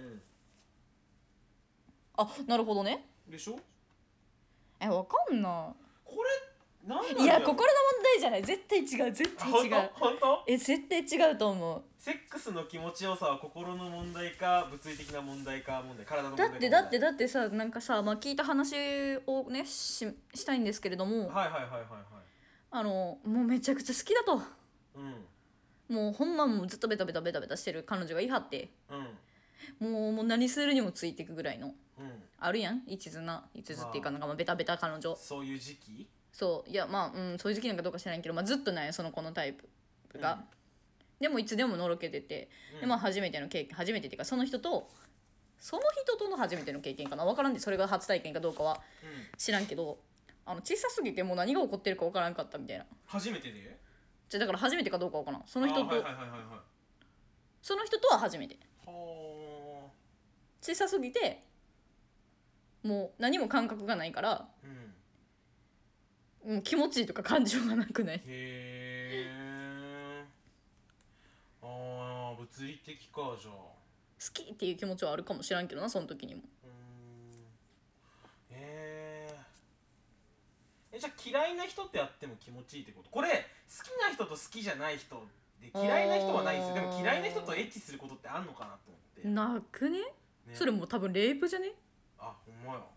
あ、なるほどね。 でしょ。 え、わかんない。 これなんなんだろう。 いや心の問題じゃない、絶対違う絶対違う。 本当？ え絶対違うと思う。 セックスの気持ちよさは心の問題か物理的な問題か問題、体の問題か。 だってだってだってさ、なんかさ、まあ、聞いた話をね し, したいんですけれども、 はいはいはいはいはい。 あのもうめちゃくちゃ好きだと、 うん、 もうほんまもうずっとベタベタベタベタしてる彼女がいはって、 うん、 もうもう何するにもついていくぐらいの、 うん、 あるやん一途な一途っていうかなんかまあベタベタ彼女。 そういう時期。 そういやまあ、うん、そういう時期なんかどうか知らないけど、まあ、ずっとないその子のタイプが、うん、でもいつでものろけてて、うん、でまあ初めての経験、初めてっていうかその人とその人との初めての経験かな、分からんでそれが初体験かどうかは知らんけど、あの小さすぎてもう何が起こってるか分からんかったみたいな。 初めてで？ じゃだから初めてかどうか分からん、その人と、 はいはいはいはいはい、 その人とは初めて。 は小さすぎてもう何も感覚がないから、うん、もう気持ちいいとか感情がなくない。 へえ。ああ、物理的か。じゃあ好きっていう気持ちはあるかもしらんけどな、その時にも。 うーん。へえ。じゃあ嫌いな人ってやっても気持ちいいってこと？これ好きな人と好きじゃない人で嫌いな人はないんですよ。でも嫌いな人とエッチすることってあんのかなと思って。 なくね？ね、それも多分レイプじゃね？ あ、ほんまや。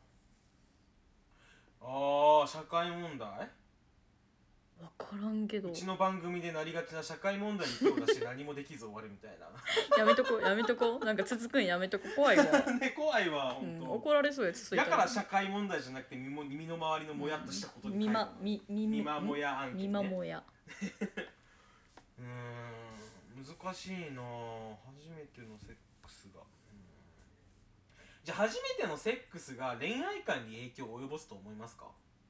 ああ、社会問題？ 分からんけど、 うちの番組でなりがちな社会問題に手を出して何もできず終わるみたいなやめとこやめとこ、なんか続くんやめとこ、怖いわね、怖いわ、ほんと、 うん、怒られそうやつ。 だから社会問題じゃなくて身身の回りのもやっとしたことに書いてある。 みみみまもや案件ね。 みまもやうーん、難しいな。初めてのセックスが、じゃあ初めてのセックスが恋愛観に影響を及ぼすと思いますか？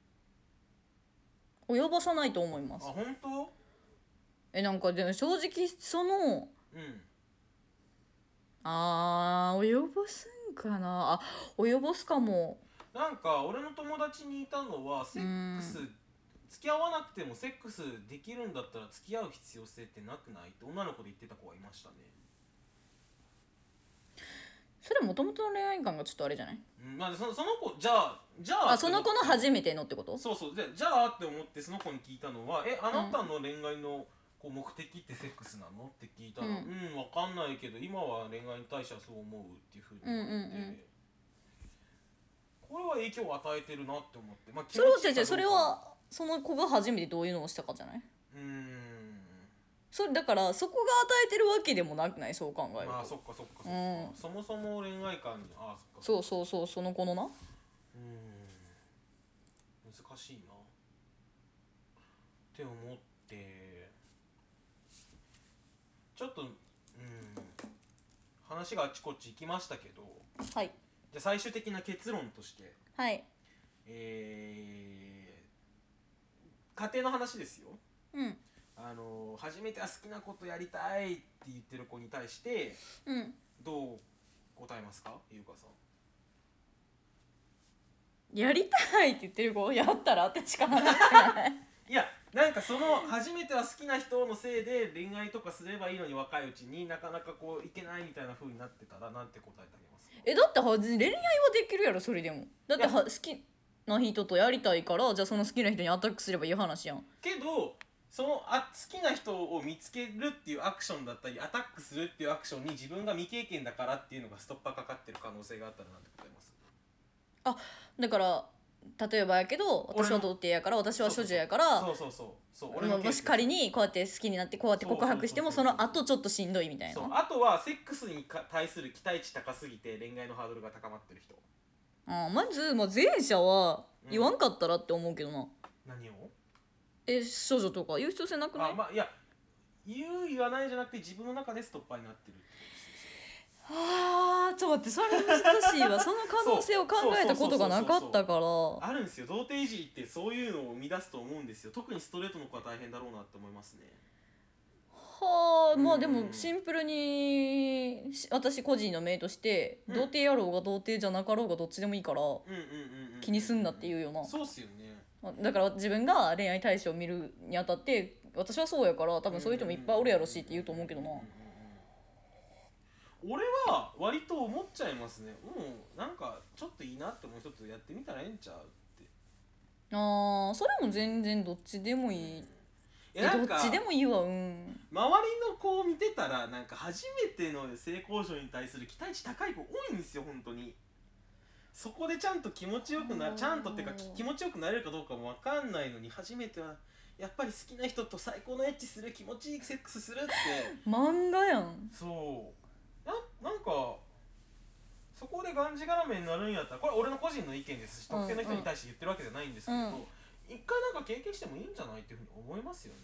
及ぼさないと思います。 あ、本当？ え、なんかでも正直その、うん、あー及ぼすんかなあ、及ぼすかも。 なんか俺の友達にいたのはセックス、うん、付き合わなくてもセックスできるんだったら付き合う必要性ってなくないって女の子で言ってた子がいましたね。 それもともとの恋愛観がちょっとあれじゃない？ うん、まあ、その、その子じゃあじゃああその子の初めてのってこと？ そうそう、でじゃあって思ってその子に聞いたのは、え、あなたの恋愛のこう目的ってセックスなのって聞いたら、うん、うん、わかんないけど今は恋愛に対してはそう思うっていうふうに言われて、うんうんうん、これは影響を与えてるなって思って、まあ、 それは違う違う、それはその子が初めてどういうのをしたかじゃない？ うーん、 それだからそこが与えてるわけでもなくない？そう考えると。 ああ、そっかそっかそっか、うん、そもそも恋愛観に、ああ、そっかそうそうそう、その子のな、 うーん、 難しいなって思ってちょっとうん話があっちこっち行きましたけど、 はい、 じゃあ最終的な結論として、 はい、 えー、家庭の話ですよ。 うん、 あの初めては好きなことやりたいって言ってる子に対してうん、 どう答えますか、ゆうかさん。 やりたいって言ってる子やったらってしか話してないいやなんかその初めては好きな人のせいで恋愛とかすればいいのに若いうちになかなかこういけないみたいな風になってたらなんて答えてあげますか。 えだっては恋愛はできるやろそれでも。だっては好きな人とやりたいからじゃあその好きな人にアタックすればいい話やん。 けどそのあ好きな人を見つけるっていうアクションだったりアタックするっていうアクションに自分が未経験だからっていうのがストッパーかかってる可能性があったらなんて答えます。 あだから例えばやけど私は童貞やから私は処女やからそうそうそうそう俺のもし仮にこうやって好きになってこうやって告白してもその後ちょっとしんどいみたいな。 そうあとはセックスに対する期待値高すぎて恋愛のハードルが高まってる人。 あまず、まあ、前者は言わんかったらって思うけどな、うん、 何をえ処女とか言う必要性なくない？ あ、まあ、いや言う言わないじゃなくて自分の中でストッパーになってる。 あーちょっと待ってそれ難しいわその可能性を考えたことがなかったから。 あるんですよ童貞いじりってそういうのを生み出すと思うんですよ。特にストレートの子は大変だろうなって思いますね。 はあまあでもシンプルに私個人の命として童貞やろうが童貞じゃなかろうがどっちでもいいから気にすんなって言うよな。 そうっすよね。 だから自分が恋愛対象を見るにあたって私はそうやから多分そういう人もいっぱいおるやろしって言うと思うけどな。 俺は割と思っちゃいますね。もうなんかちょっといいなって思う人とやってみたらええんちゃうって。 ああそれも全然どっちでもいい。えどっちでもいいわ。うん。 周りの子を見てたらなんか初めての性交渉に対する期待値高い子多いんですよ本当に。そこでちゃんと気持ちよくなちゃんとってか気持ちよくなれるかどうかも分かんないのに初めてはやっぱり好きな人と最高のエッチする気持ちいいセックスするって漫画やん。 そうな, なんかそこでがんじがらめになるんやったらこれ俺の個人の意見ですし特定の人に対して言ってるわけじゃないんですけど、うんうん、一回なんか経験してもいいんじゃないっていうふうに思いますよね。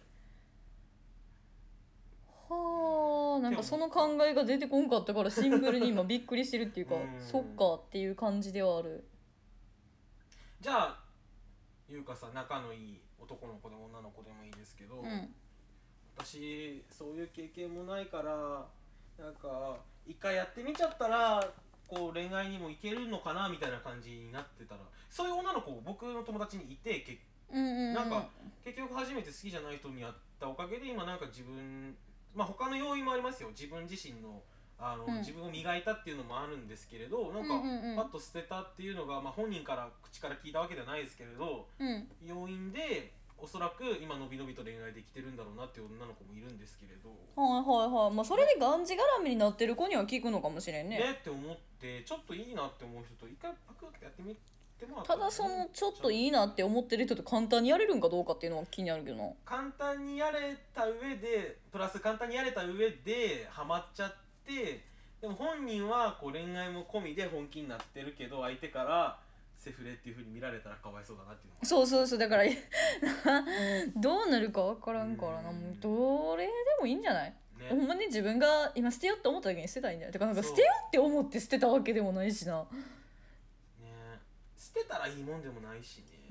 はあなんかその考えが出てこんかったからシンプルに今びっくりしてるっていうかそっかっていう感じではある。 じゃあゆうかさん仲のいい男の子でも女の子でもいいですけど、うん、私そういう経験もないからなんか一回やってみちゃったらこう恋愛にもいけるのかなみたいな感じになってたらそういう女の子僕の友達にいてけ、うんうんうん、なんか結局初めて好きじゃない人にやったおかげで今なんか自分まあ他の要因もありますよ。自分自身のあの、うん、自分を磨いたっていうのもあるんですけれどなんか、うんうんうん、パッと捨てたっていうのが、まあ、本人から口から聞いたわけではないですけれど、うん、要因でおそらく今のびのびと恋愛できてるんだろうなっていう女の子もいるんですけれどはいはいはいまあそれでがんじがらめになってる子には聞くのかもしれんね。 ねって思ってちょっといいなって思う人と一回パクッとやってみてもらったただそのちょっといいなって思ってる人と簡単にやれるんかどうかっていうのは気になるけどな。 簡単にやれた上でプラス簡単にやれた上でハマっちゃってでも本人はこう恋愛も込みで本気になってるけど相手からセフレっていう風に見られたらかわいそうだなっていうのそうそうそうだからどうなるか分からんからなもうどれでもいいんじゃない、ね、ほんまに自分が今捨てようって思った時に捨てたらいいんだよ。てかなんか捨てようって思って捨てたわけでもないしな、ね、 捨てたらいいもんでもないしね、 うん、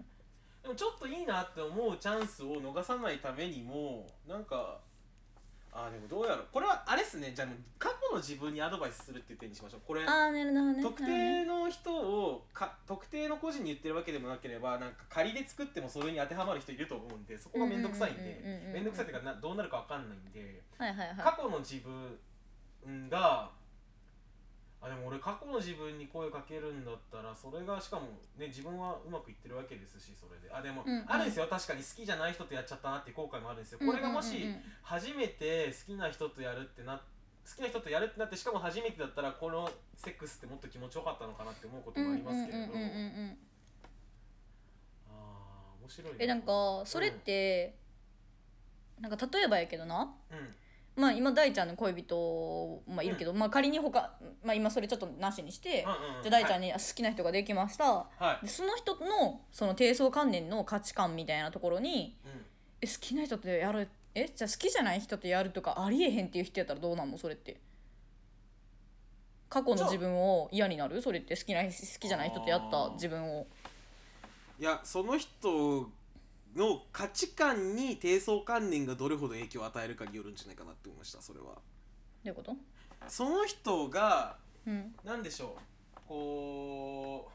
でもちょっといいなって思うチャンスを逃さないためにもなんかあでもどうやろうこれはあれっすね。じゃあ過去の自分にアドバイスするっていう点にしましょう。これあ、ねね、 特定の人をか特定の個人に言ってるわけでもなければなんか仮で作ってもそれに当てはまる人いると思うんでそこがめんどくさいんでめんどくさいっていうかなどうなるか分かんないんで、 はいはいはい、 過去の自分があでも俺過去の自分に声かけるんだったらそれがしかもね自分はうまくいってるわけですしそれであでも、うんうん、あるんですよ確かに好きじゃない人とやっちゃったなっていう後悔もあるんですよ。これがもし初めて好きな人とやるってな好きな人とやるってなってしかも初めてだったらこのセックスってもっと気持ちよかったのかなって思うこともありますけれど、あ面白いね。 えなんかそれって、うん、なんか例えばやけどな、 うんまあ今大ちゃんの恋人、まあ、いるけど、うん、まあ仮に他、まあ、今それちょっとなしにして、うんうんうん、じゃあ大ちゃんに好きな人ができました、はい、でその人のその低層観念の価値観みたいなところに、うん、え好きな人とやるえじゃあ好きじゃない人とやるとかありえへんっていう人やったらどうなんのそれって。過去の自分を嫌になるそれって好きな好きじゃない人とやった自分を。 いやその人の価値観に低層観念がどれほど影響を与えるかによるんじゃないかなって思いました。それはどういうこと？ その人が、 うん、 なんでしょうこ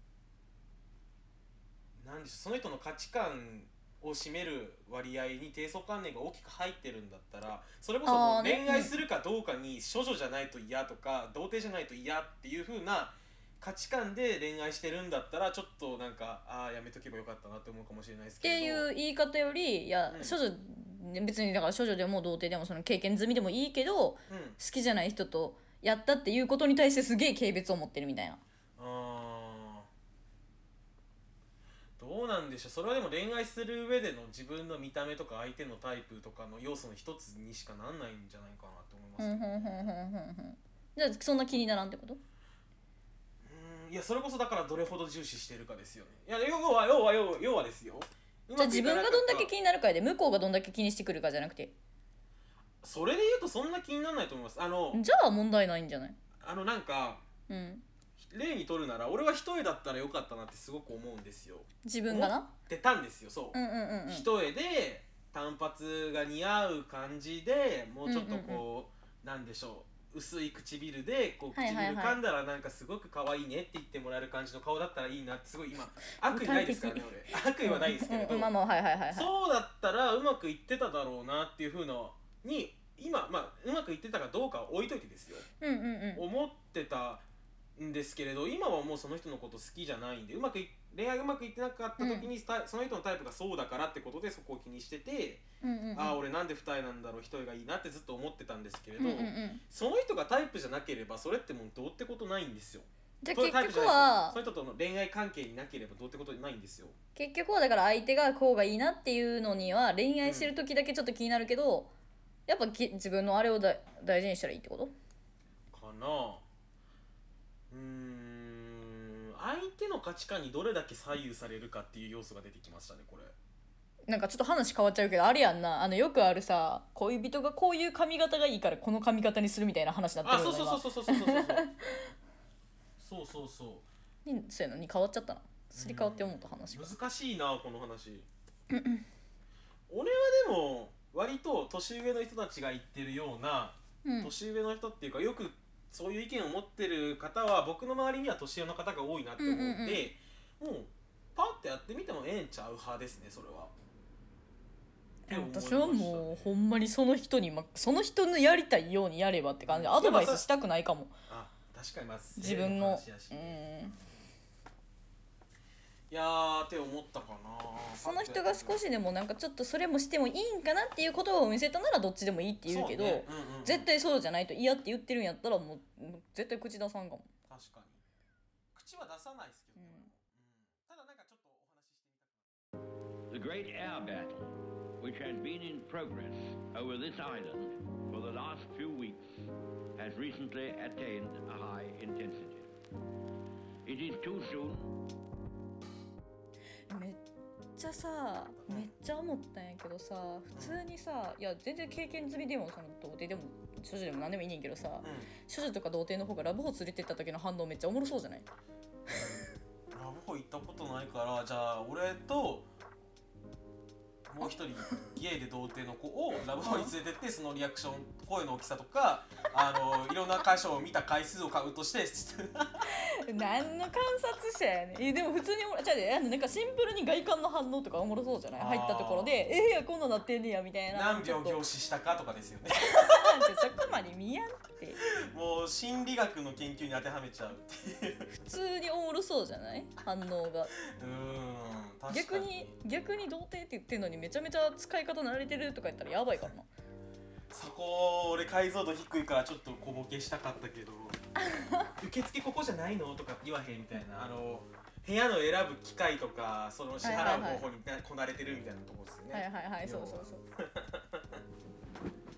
うなんでしょうその人の価値観を占める割合に低層観念が大きく入ってるんだったらそれこそもう恋愛するかどうかに処女じゃないと嫌とか童貞じゃないと嫌っていう風な価値観で恋愛してるんだったらちょっとなんかああやめとけばよかったなって思うかもしれないですけどっていう言い方よりいや、うん、処女別にだから処女でも童貞でもその経験済みでもいいけど、うん、好きじゃない人とやったっていうことに対してすげえ軽蔑を持ってるみたいな。 あどうなんでしょうそれはでも恋愛する上での自分の見た目とか相手のタイプとかの要素の一つにしかなんないんじゃないかなと思います、 ね、じゃあそんな気にならんってこと？ いやそれこそだからどれほど重視してるかですよね。いや要は要は要は要はですよ。 じゃあ自分がどんだけ気になるかで向こうがどんだけ気にしてくるかじゃなくてそれで言うとそんな気にならないと思います。あのじゃあ問題ないんじゃない？ あのなんか、 うん、 例にとるなら俺は一重だったらよかったなってすごく思うんですよ。 自分がな思ってたんですよ。そう,、 うんうんうんうん、 一重で単発が似合う感じでもうちょっとこう、うんうんうん、なんでしょう薄い唇でこう唇噛んだらなんかすごく可愛いねって言ってもらえる感じの顔だったらいいなってすごい今悪意ないですからね俺悪意はないですけれど、うんうんまあはいはいはいはい、そうだったらうまくいってただろうなっていう風なに今まあうまくいってたかどうかは置いといてですよ、 うんうんうん、 思ってたんですけれど今はもうその人のこと好きじゃないんでうまくい恋愛うまくいってなかった時に、うん、その人のタイプがそうだからってことでそこを気にしてて、うんうんうん、ああ俺なんで二重なんだろう一重がいいなってずっと思ってたんですけれど、うんうんうん、その人がタイプじゃなければそれってもうどうってことないんですよ。 じゃあ結局はその人との恋愛関係になければどうってことないんですよ。 結局はだから相手がこうがいいなっていうのには恋愛してる時だけちょっと気になるけど、うん、やっぱ自分のあれをだ大事にしたらいいってことかな。うーん相手の価値観にどれだけ左右されるかっていう要素が出てきましたねこれ。 なんかちょっと話変わっちゃうけどあれやんなあのよくあるさ恋人がこういう髪型がいいからこの髪型にするみたいな話になってるよね。 あそうそうそうそうそうそうそうそうそうそうにそうやのに変わっちゃったなすり替わって思った話が難しいなこの話俺はでも割と年上の人たちが言ってるような、うん、年上の人っていうかよくそういう意見を持ってる方は僕の周りには年上の方が多いなって思って、うんうんうん、もうパッてやってみてもええんちゃう派ですねそれは。 私はもうほんまにその人に、ま、その人のやりたいようにやればって感じでアドバイスしたくないかも。 あ確かにまず自分のうんいやーって思ったかな。 その人が少しでもなんかちょっとそれもしてもいいんかなっていうことを見せたならどっちでもいいって言うけど、ねうんうんうん、絶対そうじゃないと嫌って言ってるんやったらもう絶対口出さんかも。 確かに口は出さないですけどね、うんうん、ただなんかちょっとお話ししてみたくなる The Great Air Battle which has been in progress over this island for the last few weeks has recently attained a high intensity. It is too soon めっちゃさめっちゃ思ったんやけどさ普通にさいや全然経験済みでもその童貞でも処女でも何でもいいねんけどさ、うん、処女とか童貞の方がラブホ連れてった時の反応めっちゃおもろそうじゃない？ ラブホ行ったことないからじゃあ俺ともう一人ゲイで童貞の子をラブホに連れてってそのリアクション声の大きさとかあのいろんな箇所を見た回数をカウントして何の観察者やねん。でも普通にじゃあなんかシンプルに外観の反応とかおもろそうじゃない？入ったところでえー、やこんななってんねやみたいな何秒凝視したかとかですよねそこまで見やんってもう心理学の研究に当てはめちゃうっていう普通におもろそうじゃない？反応がうーん確かに逆に逆に童貞って言ってんのにめちゃめちゃ使い方慣れてるとか言ったらやばいからなそこ俺解像度低いからちょっと小ボケしたかったけど受付ここじゃないのとか言わへんみたいなあの部屋の選ぶ機会とかその支払う方法にこなれてるみたいなところですよね。 はいはいはいそうそうそうね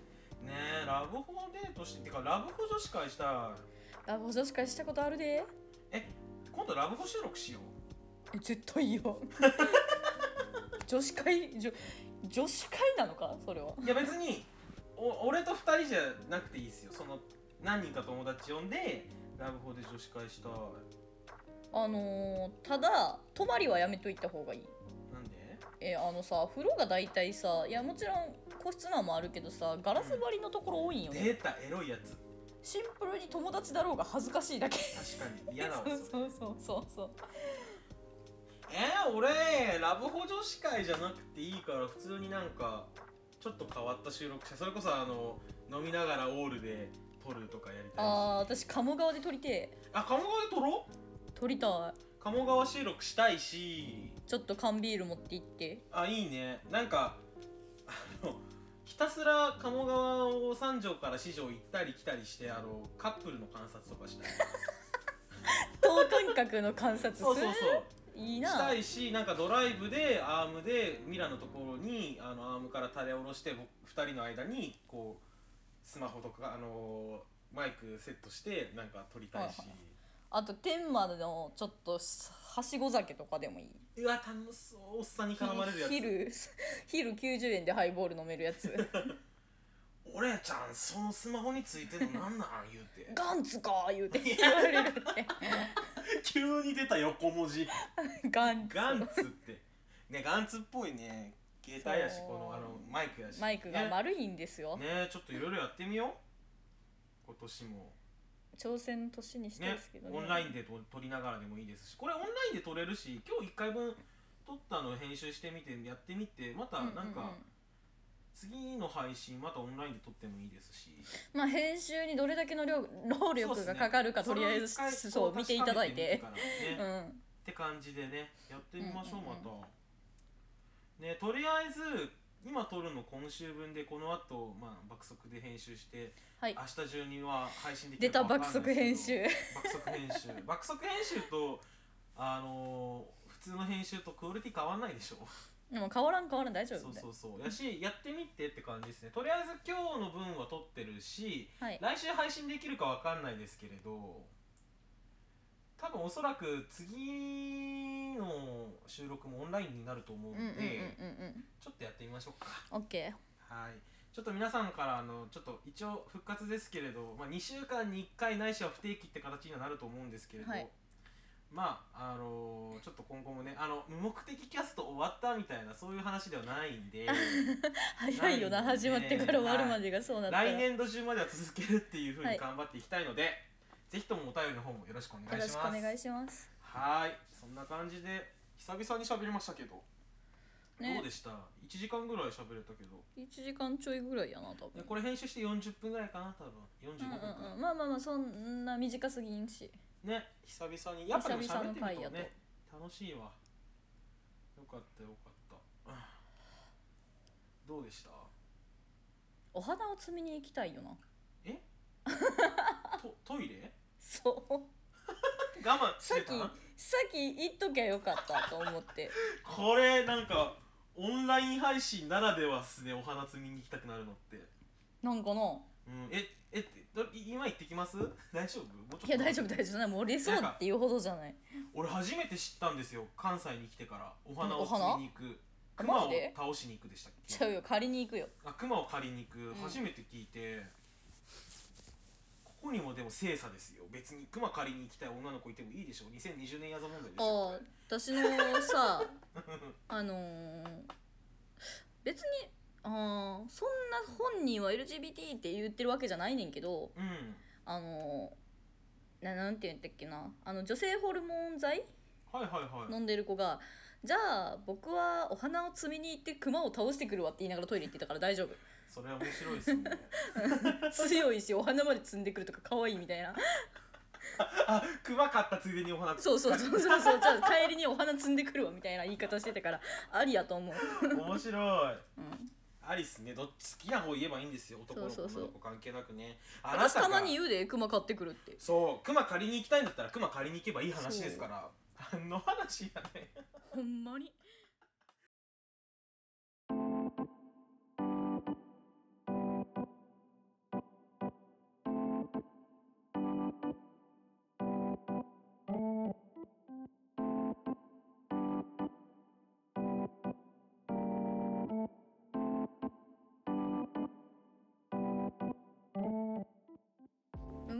えラブホデートしててかラブホ女子会したい。 ラブホ女子会したことあるで。 え今度ラブホ収録しよう。え絶対いいよ女子会女女子会なのかそれは。 いや別にお俺とふたりじゃなくていいですよ。その何人か友達呼んでラブホで女子会したい。 あのー、ただ泊まりはやめといた方がいい。 なんで？ えあのさ風呂が大体さ、いやもちろん個室なんもあるけどさガラス張りのところ多いんよね。 出たエロいやつ。 シンプルに友達だろうが恥ずかしいだけ。 確かに嫌だわそうそうそうそうそう。 えー、俺ラブホ女子会じゃなくていいから普通になんかちょっと変わった収録者、それこそあの飲みながらオールで撮るとかやりたいし。 あー私鴨川で撮りてえ。 あ鴨川で撮ろう。 撮りたい。 鴨川収録したいし、 ちょっと缶ビール持って行って。 あいいね。なんかあのひたすら鴨川を三条から四条行ったり来たりしてあのカップルの観察とかしたい等間隔の観察する。 そうそうそういいな。 したいし、なんかドライブでアームでミラのところにあのアームから垂れ下ろしてふたりの間にこうスマホとかあのマイクセットしてなんか撮りたいし、はいはい、 あと天満のちょっとはしご酒とかでもいい。 うわ楽しそう。おっさんに絡まれるやつ。 昼昼きゅうじゅうえんでハイボール飲めるやつ俺ちゃんそのスマホについてるのなんなん言うてガンツか言うて言われるって急に出た横文字ガンツガンツってね、ガンツっぽいね。携帯やしこのあのマイクやしマイクが丸いんですよね, ねちょっといろいろやってみよう今年も。 挑戦の年にしたいですけど ね, ねオンラインでと撮りながらでもいいですし、これオンラインで撮れるし今日いっかいぶん撮ったのを編集してみてやってみて、またなんか、うんうんうん、次の配信またオンラインで撮ってもいいですし、 まあ編集にどれだけの労力がかかるか、とりあえずそう見ていただいて、ねうん、 って感じでねやってみましょう、うんうんうん、またね。とりあえず今撮るの今週分でこの後、まあ爆速で編集して、はい、明日中には配信できるか分かんないですけど、 出た爆速編集爆速編集爆速編集とあのー、普通の編集とクオリティ変わんないでしょ。 でも変わらん変わらん大丈夫。 そうそうそうやしやってみてって感じですね。とりあえず今日の分は撮ってるし、はい、来週配信できるか分かんないですけれど、多分おそらく次の収録もオンラインになると思うので、ちょっとやってみましょうか。 OK。 はいちょっと皆さんからあのちょっと一応復活ですけれど、まあ、にしゅうかんにいっかいないしは不定期って形にはなると思うんですけれど、はい、まああのー、ちょっと今後もねあの無目的キャスト終わったみたいなそういう話ではないんで早いよな、始まってから終わるまでがそうなったら、 来年度中までは続けるっていう風に頑張っていきたいので、はい、ぜひともお便りの方もよろしくお願いします。 よろしくお願いします。 はいそんな感じで久々に喋りましたけど、ね、どうでした？いちじかんぐらい喋れたけど。 いちじかんちょいぐらいやな多分。 これ編集してよんじゅっぷんぐらいかな多分。よんじゅうごふんか、 うんうんうん、まあまあまあそんな短すぎんしね。久々にやっぱり喋ってみるとね楽しいわ。よかったよかったどうでした？ お花を摘みに行きたいよな。 えト, トイレ？ そう我慢してた？ さっきさっき言っときゃよかったと思ってこれなんかオンライン配信ならではっすね。お花摘みに行きたくなるのってなんかな、 うん、ええ今行ってきます大丈夫？もうちょっといや大丈夫大丈夫。もう売れそうっていうほどじゃない。 俺初めて知ったんですよ関西に来てから。お花を摘みに行く、熊を倒しに行くでしたっけ？ ちゃうよ借りに行くよ。 あ熊を借りに行く、うん、初めて聞いて、ここにもでも精査ですよ。別に熊借りに行きたい女の子いてもいいでしょ。にせんにじゅうねんやざ問題ですよ。 あ私のさあのー、別にあそんな本人は エルジービーティー って言ってるわけじゃないねんけど、 うん、 あのー、な, なんて言ったっけなあの女性ホルモン剤、 はいはいはい、 飲んでる子がじゃあ僕はお花を摘みに行って熊を倒してくるわって言いながらトイレ行ってたから大丈夫。 それは面白いですね強いしお花まで摘んでくるとか可愛いみたいなあ熊買ったついでにお花そうそうそうそうそうじゃあ帰りにお花摘んでくるわみたいな言い方してたからありやと思う面白い、 うんありっすね。どっち好きな方言えばいいんですよ。男の子女の子関係なくね。 あなたが私たまに言うで熊買ってくるって。 そう熊借りに行きたいんだったら熊借りに行けばいい話ですから。あの話やねほんまに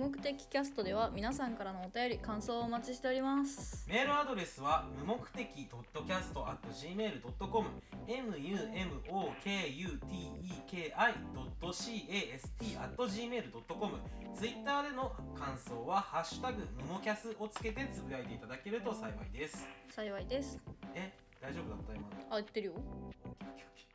目的キャストでは皆さんからのお便り感想をお待ちしております。 メールアドレスは無目的ドットキャストアットジーメールドットコム ムモクテキ ドットカスト アットジーメールドットコム ツイッターでの感想はハッシュタグムモキャスをつけてつぶやいていただけると幸いです。 幸いです。 え、大丈夫だった今の？ あ、言ってるよ。